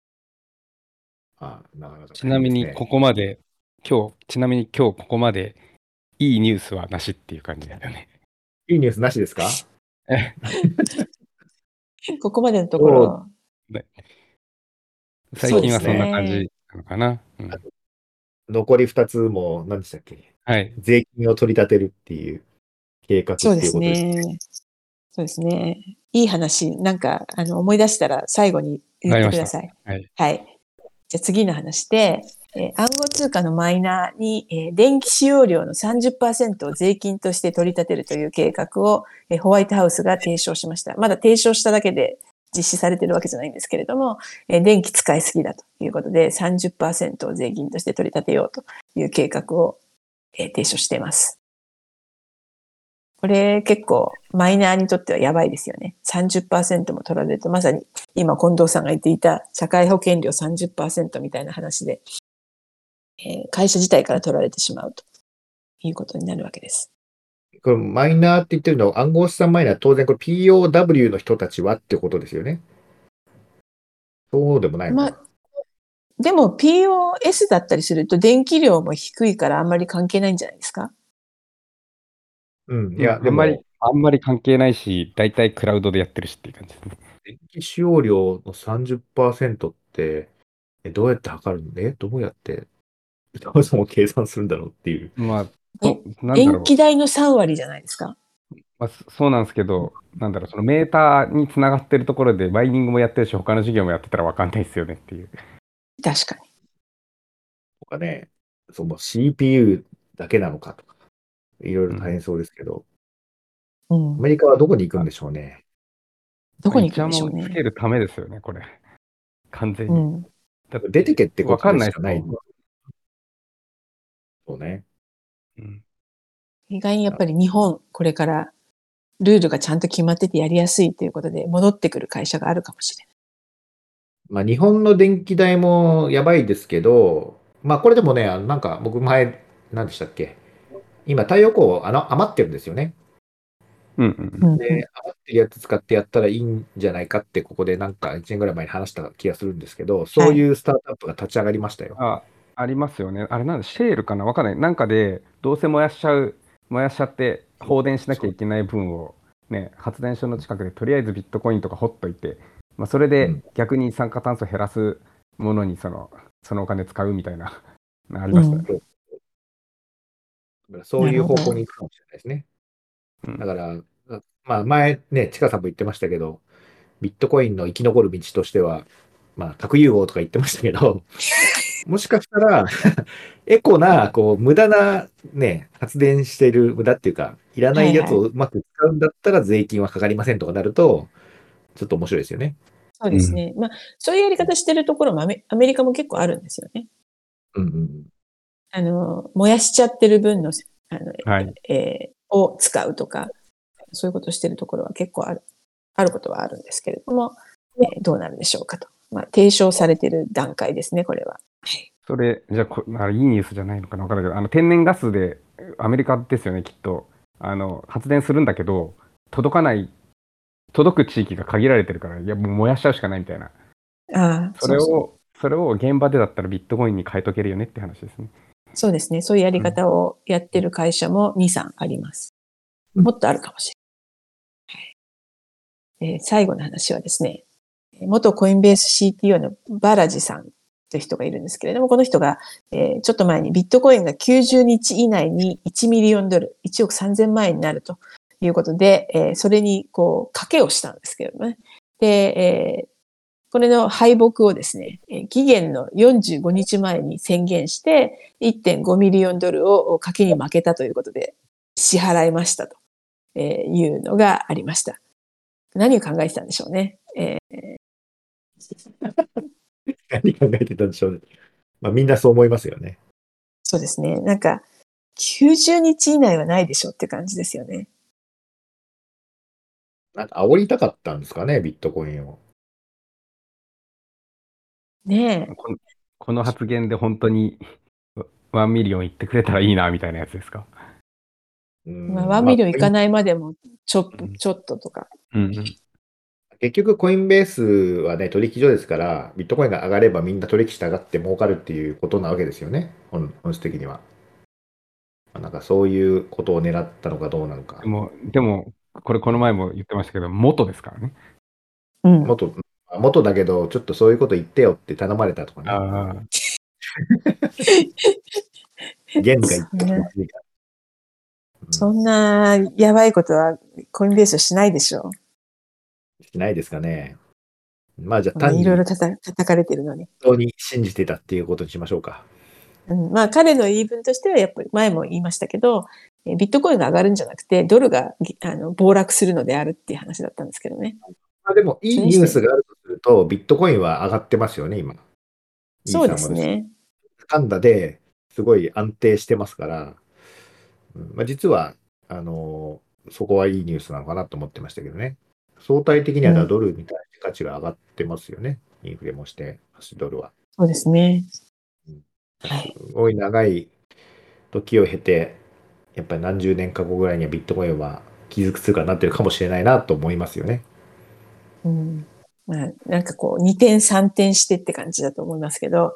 なかなかちなみに大変ですね。 ちなみに今日ここまでいいニュースはなしっていう感じだよね。 いいニュースなしですか？ えここまでのとこそうろ、 で最そうです近はそんな感ね。 じなのかな。うん、 残り2つも、何でしたっけ？ はい。 税金を取り立てるっていう計画っていうそうですことですね。 ね。そうですね。いい話、なんか、思い出したら最後に言っわかりました。 てください。 はい。 はい。じゃあ次の話で、暗号通貨のマイナーに、電気使用量の 30% を税金として取り立てるという計画を、ホワイトハウスが提唱しました。まだ提唱しただけで実施されているわけじゃないんですけれども、電気使いすぎだということで 30% を税金として取り立てようという計画を、提唱しています。これ結構マイナーにとってはやばいですよね。30% も取られると、まさに今近藤さんが言っていた社会保険料 30% みたいな話で、会社自体から取られてしまうということになるわけです。 これマイナーって言ってるのは暗号資産マイナー、当然これ POW の人たちはってことですよね。そうでもないのかな。 でも POS だったりすると電気量も低いからあんまり関係ないんじゃないですか？ いや、であんも、 まり関係ないし、大体クラウドでやってるしっていう感じですね。 電気使用量の 30% って、どうやって測るの？どうやって、そもそも計算するんだろうっていう。 まあ、なんだろ電気代の3割じゃないですか？ う。そうなんですけど、なんだろう、そのメーターにつながってるところでバイニングもやってるし、他の授業もやってたら分かんないですよねっていう。 確かに。 とかね、CPU だけなのかとか、いろいろ大変うん。 そうですけど、 うアん。 メリカはどこに行くんでしょうね。 イどこに行くんチャモンつでしょうね。 けるためですよね、これ。完全に。 うん。 だっ出てけて、 ってこと分かんないでしかない。 と。 そうね。 うん。 意外にやっぱり日本、これからルールがちゃんと決まっててやりやすいということで戻ってくる会社があるかもしれない。 まあ、日本の電気代もやばいですけど、まあ、これでもね、なんか僕前、何でしたっけ？今、太陽光余ってるんですよね。 うんうんうん。 うんうん。 で、余ってるやつ使ってやったらいいんじゃないかって、ここでなんか1年ぐらい前に話した気がするんですけど、そはい。 ういうスタートアップが立ち上がりましたよ。 ありますよね。あれなんで、シェールかなわかんない。なんかで、どうせ燃やしちゃって放電しなきゃいけない分を、ね、発電所の近くでとりあえずビットコインとかほっといて、それでうん。 逆に二酸化炭素減らすものにそのお金使うみたいな、ありうん。 ましたよね。 だからそうないう方向るほど。 に行くかもしれないですね。 うん。 だから、まあ前ね、ちかさんも言ってましたけど、ビットコインの生き残る道としては、まあ核融合とか言ってましたけど、もしかしたらエコな、無駄なね、発電している無駄っていうか、いらないやつはいはい。 をうまく使うんだったら税金はかかりませんとかなると、ちょっと面白いですよね。 そうですね。そういうやり方してるところもアメリカも結構あるんですよね。 うんうん。 燃やしちゃってる分の、 はい。 を使うとか、そういうことをしてるところは結構あることはあるんですけれども、どうなるでしょうかと。提唱されている段階ですね、これは。はい。 それ、じゃあ、いいニュースじゃないのかなわからないけど、天然ガスで、アメリカですよね、きっと。発電するんだけど、届かない、届く地域が限られてるから、いや、もう燃やしちゃうしかないみたいな。 ああ、そうそう。 それを現場でだったらビットコインに変えとけるよねって話ですね。 そうですね。そういうやりうん。 方をやってる会社も2、3あります。 うんもっとあるかもしれない。最後の話はですね、元コインベース CTO のバラジさんという人がいるんですけれども、この人が、ちょっと前にビットコインが90日以内に1ミリオンドル、1億3000万円になるということで、それに賭けをしたんですけれどもね。で、これの敗北をですね、期限の45日前に宣言して、1.5 ミリオンドルを賭けに負けたということで支払いましたというのがありました。 何を考えてたんでしょうね。 何考えてたんでしょうね。まあみんなそう思いますよね。 そうですね。なんか、90日以内はないでしょって感じですよね。 なんか煽りたかったんですかね、ビットコインを。 ねこの発言で本当に1ミリオン言ってくれたらいいなみたいなやつですか。 え。まあ、1ミリオンいかないまでも、ちょっととか。 結局コインベースはね、取引所ですから、ビットコインが上がればみんな取引したがって儲かるっていうことなわけですよね、本質的には。なんかそういうことを狙ったのかどうなのか。 でも、この前も言ってましたけど、元ですからね。 うん。 元だけど、ちょっとそういうこと言ってよって頼まれたとかね。現が言ってもまずいから。 そんなやばいことはコインベースはしないでしょしないですかね。まあじゃあう。 単にいろいろ叩かれてるのに。 本当に信じてたっていうことにしましょうか。 まあ彼の言い分としてはやっぱり前も言いましたけど、ビットコインが上がるんじゃなくてドルが暴落するのであるっていう話だったんですけどね。 まあでもいいニュースがあるとすると、ビットコインは上がってますよね、今。 そうですね。 カンダですごい安定してますから、まあ、実は、そこはいいニュースなのかなと思ってましたけどね。相対的にはドルに対して価値が上がってますよね。インフレもして、ドルは。 そうですね。 すごい長い時を経て、やっぱり何十年か後ぐらいにはビットコインは傷つかになってるかもしれないなと思いますよね。 まあ、なんかこう、2点3点してって感じだと思いますけど、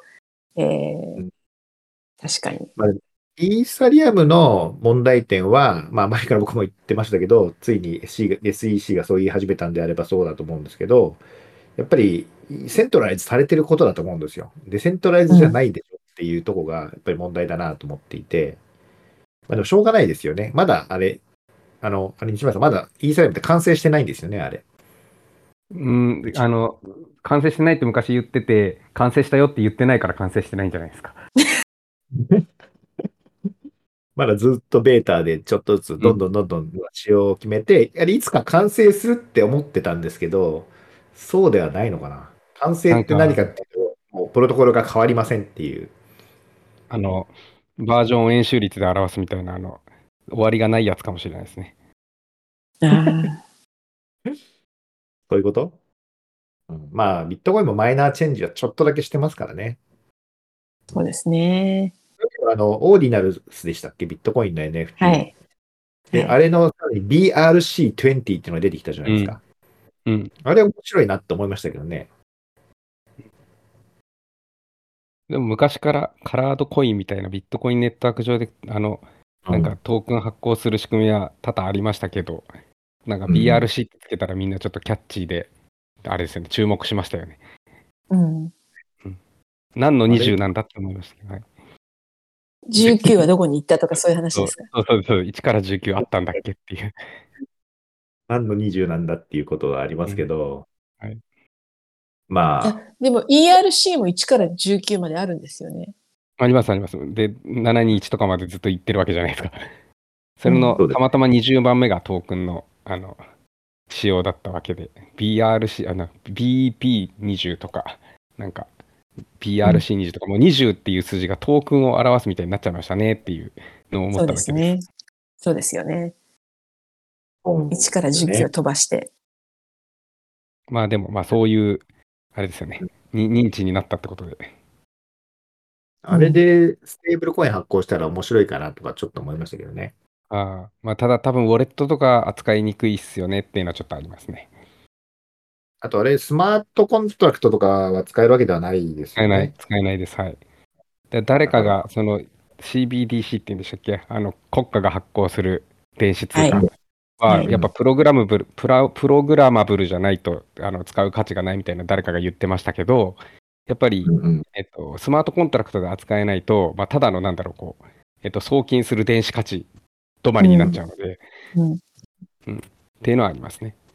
確かに。 まあ、イーサリアムの問題点は、まあ前から僕も言ってましたけど、ついに SEC がそう言い始めたんであればそうだと思うんですけど、やっぱりセントライズされてることだと思うんですよ。デセントライズじゃないでしょっていうところがやっぱり問題だなと思っていて、まあ、でもしょうがないですよね。まだ西村さん、まだイーサリアムって完成してないんですよね、あれ。 完成してないって昔言ってて、完成したよって言ってないから完成してないんじゃないですか。 まだずっとベータでちょっとずつどんどん仕様を決めて、やはりいつか完成するって思ってたんですけど、そうではないのかな。完成って何かっていうと、もうプロトコルが変わりませんっていう。 バージョンを円周率で表すみたいな、終わりがないやつかもしれないですね。 そういうこと、まあ、ビットコインもマイナーチェンジはちょっとだけしてますからね。 そうですね。 オーディナルスでしたっけ、ビットコインの NFT。 はい。 で、あれのさらに BRC20 っていうのが出てきたじゃないですか。あれ面白いなって思いましたけどね。 でも昔からカラードコインみたいなビットコインネットワーク上で、なんかトークン発行する仕組みは多々ありましたけど、なんか BRC ってつけたらみんなちょっとキャッチーで、あれですよね、注目しましたよね。何の20なんだって思いましたけど、はい。 19はどこに行ったとかそういう話ですか？ そう、1から19あったんだっけっていう。 何の20なんだっていうことはありますけど、 はい、 まあ。 でも ERC も1から19まであるんですよね。 あります、あります。で、721とかまでずっと言ってるわけじゃないですか。それの、たまたま20番目がトークンの、仕様だったわけで、BP20 とか、なんか、PRC20 とか、もう20っていう数字がトークンを表すみたいになっちゃいましたねっていうのを思ったわけです。 そうですよね。1から19を飛ばして。 まあでも、まあそういう、あれですよね。認知になったってことで。 あれでステーブルコイン発行したら面白いかなとかちょっと思いましたけどね。 まあただ多分ウォレットとか扱いにくいっすよねっていうのはちょっとありますね。 あとあれ、スマートコントラクトとかは使えるわけではないですよね。 使えないです。はい。で誰かがその CBDC って言うんでしたっけ、国家が発行する電子通貨は、やっぱプログラマブルじゃないと使う価値がないみたいな誰かが言ってましたけど、やっぱり、スマートコントラクトで扱えないと、まあ、ただのなんだろう、こう、送金する電子価値止まりになっちゃうので、っていうのはありますね。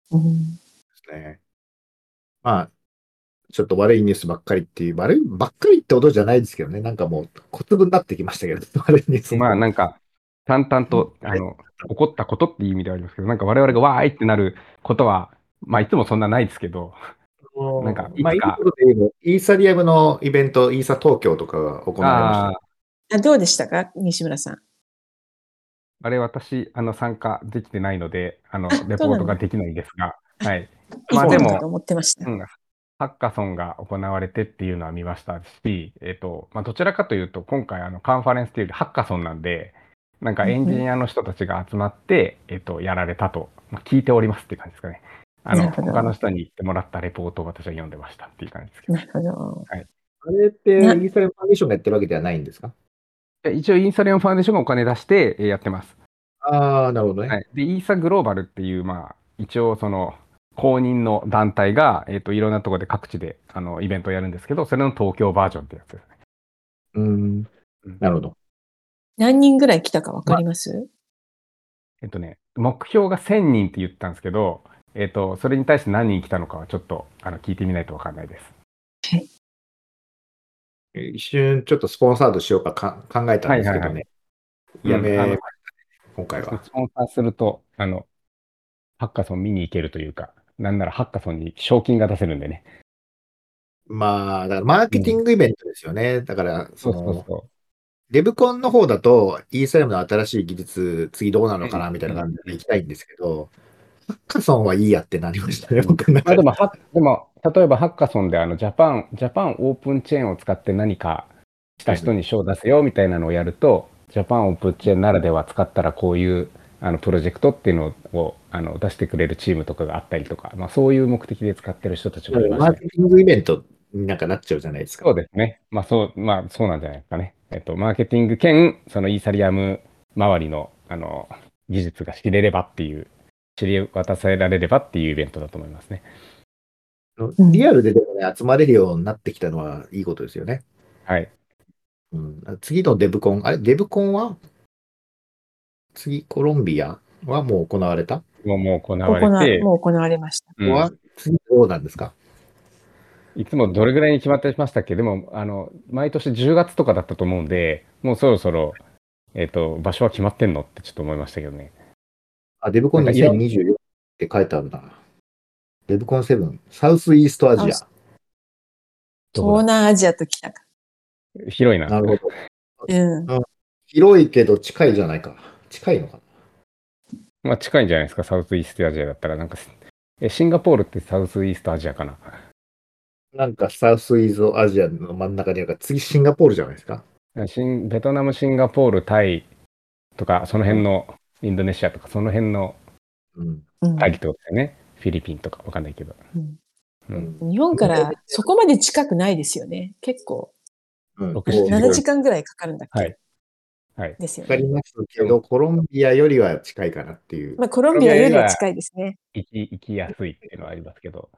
まあ、ちょっと悪いニュースばっかりっていう、悪いばっかりってことじゃないですけどね、なんかもう小粒になってきましたけど、悪いニュース。 まあなんか、 淡々と、起こったことっていう意味ではありますけど、なんか我々がわーいってなることは、まあ、いつもそんなないですけど、なんか、いまあ、いいつか、 ことで言えば、イーサリアムのイベント、イーサ東京とかが行われました。 どうでしたか、西村さん。 あれ、私、参加できてないので、レそうなんだ。 ポートができないんですが、はい。 行まあでも、 ったのかと思ってました。 ハッカソンが行われてっていうのは見ましたし、まあ、どちらかというと、今回、カンファレンスというよりハッカソンなんで、なんかエンジニアの人たちが集まって、やられたと、まあ、聞いておりますっていう感じですかね。 なるほど。 他の人に言ってもらったレポートを私は読んでましたっていう感じですけど。 なるほど。 はい。 あれって、イーサリアムファンデーションがやってるわけではないんですか？ 一応、インサリアムファンデーションがお金出してやってます。 ああ、なるほどね。 はい。で、イーサグローバルっていう、まあ、一応、公認の団体が、いろんなところで各地で、イベントをやるんですけど、それの東京バージョンってやつですね。 なるほど。 何人ぐらい来たかわかります？ 目標が1000人って言ったんですけど、それに対して何人来たのかはちょっと聞いてみないとわかんないです。 一瞬ちょっとスポンサードしようか考えたんですけどね。やめ、今回は。 スポンサーすると、ハッカソン見に行けるというか、なんならハッカソンに賞金が出せるんでね。 まあ、だからマーケティングイベントですよね。だから、 そう。 デブコンの方だと、イーサリアムの新しい技術、次どうなのかなみたいな感じで行きたいんですけど、ハッカソンはいいやってなりましたね、僕の中で。 まあでも、例えばハッカソンでジャパンオープンチェーンを使って何かした人に賞を出せよみたいなのをやると、ジャパンオープンチェーンならでは使ったらこういうプロジェクトっていうのを出してくれるチームとかがあったりとか、まあ、そういう目的で使ってる人たちもいましたね。 マーケティングイベントになんかなっちゃうじゃないですか。 そうですね。まあそうなんじゃないですかね。マーケティング兼、そのイーサリアム周りの、技術が知れればっていう、知り渡せられればっていうイベントだと思いますね。 リアルででもね、集まれるようになってきたのはいいことですよね。 はい。 次のデブコン、デブコンは次、コロンビアはもう行われた？ もう行われて、 もう行われました。 次どうなんですか？ いつもどれぐらいに決まってましたっけ？でも、毎年10月とかだったと思うんで、もうそろそろ、場所は決まってんのってちょっと思いましたけどね。 デブコン2024って書いてあるな。デブコン7、サウスイーストアジア。 東南アジアと来たか。 広いな。 なるほど。 広いけど近いじゃないか。近いのかな。 まあ近いんじゃないですか、サウスイーストアジアだったら。なんか、シンガポールってサウスイーストアジアかな。 なんかサウスイーストアジアの真ん中にあるから、次シンガポールじゃないですか。 ベトナム、シンガポール、タイとか、その辺の、インドネシアとか、その辺のタイってことですよね。フィリピンとかわかんないけど。 日本からそこまで近くないですよね。結構。7時間ぐらいかかるんだっけ？ はい。 ですよね。 かかりますけど、コロンビアよりは近いかなっていう。 まあ、コロンビアよりは近いですね。 行きやすいっていうのはありますけど。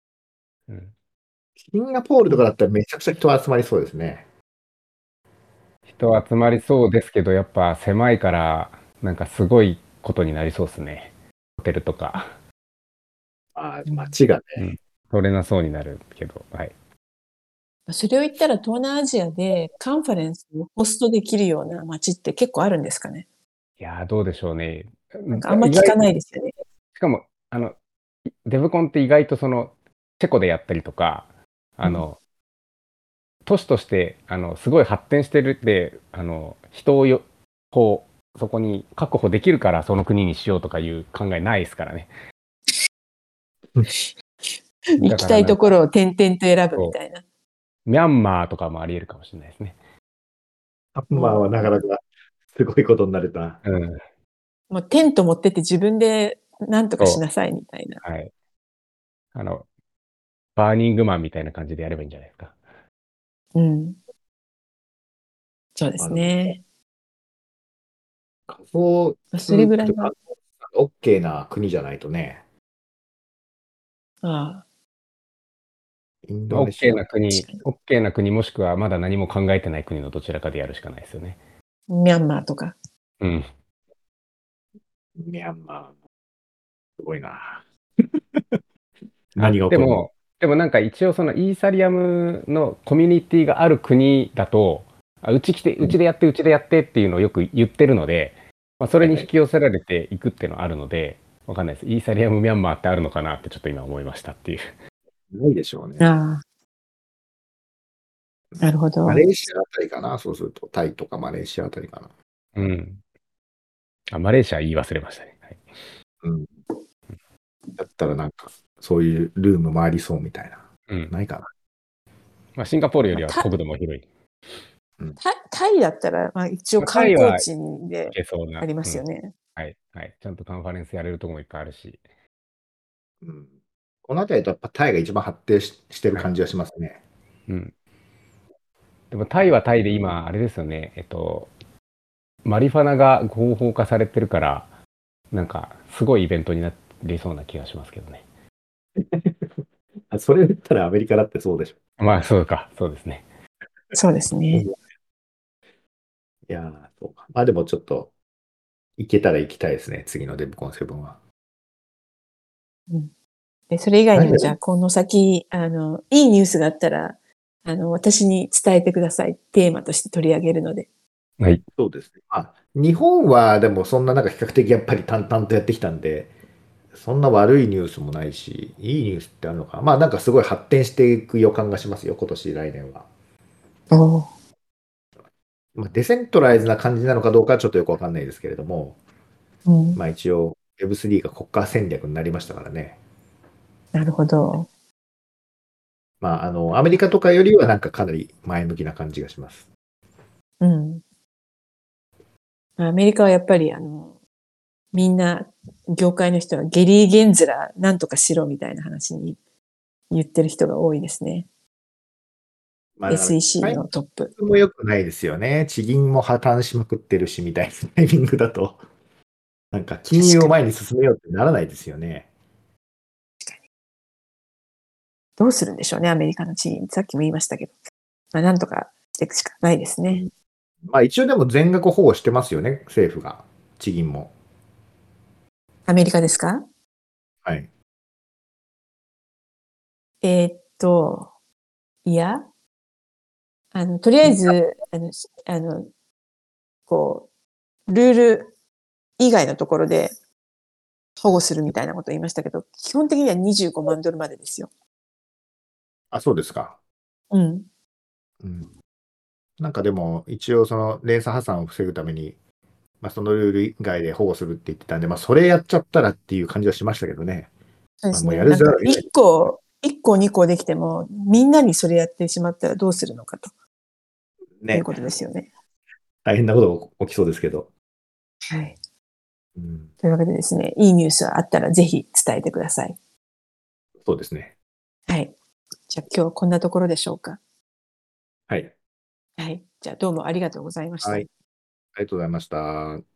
シンガポールとかだったらめちゃくちゃ人集まりそうですね。 人集まりそうですけど、やっぱ狭いから、なんかすごいことになりそうですね。ホテルとか。 街がね。 取れなそうになるけど、はい。 それを言ったら東南アジアでカンファレンスをホストできるような街って結構あるんですかね？ いやー、どうでしょうね。 なんかあんま聞かないですよね。 しかも、デブコンって意外とチェコでやったりとか、都市として、すごい発展してるって、人をそこに確保できるからその国にしようとかいう考えないですからね。 行きたいところを点々と選ぶみたいな。 ミャンマーとかもあり得るかもしれないですね。 ミャンマーはなかなかすごいことになるな。 もうテント持ってって自分で何とかしなさいみたいな。 はい。バーニングマンみたいな感じでやればいいんじゃないですか。 そうですね。 仮想それぐらいは。 OK な国じゃないとね。インドネシア。 OK な国もしくはまだ何も考えてない国のどちらかでやるしかないですよね。 ミャンマーとか。 ミャンマー。すごいな。何が起こるの？ でもなんか一応そのイーサリアムのコミュニティがある国だと、うちでやってっていうのをよく言ってるので、 まあ、それに引き寄せられていくっていうのはあるので、わかんないです。イーサリアムミャンマーってあるのかなってちょっと今思いましたっていう。 ないでしょうね。 ああ、なるほど。 マレーシアあたりかな、そうすると。タイとかマレーシアあたりかな。 うん。マレーシア言い忘れましたね。はい、 うん。だったらなんか、そういうルームもありそうみたいな。 うん。 ないかな。 まあ、シンガポールよりはタ国土も広い。 タイだったら、まあ、一応まあタ観イは光地でいけそうな。 ありまうん。 すよね。 はい。はい。ちゃんとカンファレンスやれるとこもいっぱいあるし。 うん。この辺りとやっぱタイが一番発展してるはい。 感じがしますね。 うん。でもタイはタイで今、あれですよね。マリファナが合法化されてるから、なんか、すごいイベントになりそうな気がしますけどね。 それ言ったらアメリカだってそうでしょ。 まあ、そうか。そうですね。 そうですね。 いやー、そうか。まあでもちょっと、行けたら行きたいですね。次のデブコンセブンは。 うん、でそれ以外にも、 何がじゃあ、この先、いいニュースがあったら、私に伝えてください。テーマとして取り上げるので。 はい。 そうですね。まあ、日本はでもそんななんか比較的やっぱり淡々とやってきたんで、そんな悪いニュースもないし、いいニュースってあるのかな。まあなんかすごい発展していく予感がしますよ、今年、来年は。 おー、 まあ、デセントライズな感じなのかどうかはちょっとよくわかんないですけれども、 うん、 まあ一応 Web3 が国家戦略になりましたからね。 なるほど。 まあアメリカとかよりはなんかかなり前向きな感じがします。 うん。アメリカはやっぱり、みんな、業界の人はゲリー・ゲンズラーなんとかしろみたいな話に言ってる人が多いですね。 まあだから、 SEC タイミンのトップ。 グも良くないですよね。地銀も破綻しまくってるし、みたいなタイミングだと、なんか金融確かに。 を前に進めようってならないですよね。 どうするんでしょうね、アメリカの地銀。さっきも言いましたけど。まあ、なんとかしていくしかないですね。 まあ一応でも全額保護してますよね、政府が。地銀も。 アメリカですか？ はい。 えーっと、いや、とりあえず、あの、こルール以外のところで保護するみたいなことを言いましたけど、基本的には25万ドルまでですよ。 あ、そうですか。 うん。 うん。なんかでも、一応その連鎖破産を防ぐために、まあそのルール以外で保護するって言ってたんで、まあそれやっちゃったらっていう感じはしましたけどね。まあもうやそうですね。なんか、 るざるを得ない。 1個、2個できても、みんなにそれやってしまったらどうするのかというね。 ことですよね。 大変なことが起きそうですけど。 はい。 うん。 というわけでですね、いいニュースがあったらぜひ伝えてください。 そうですね。 はい。じゃあ今日はこんなところでしょうか。 はい。 はい。じゃあどうもありがとうございました。 はい。ありがとうございました。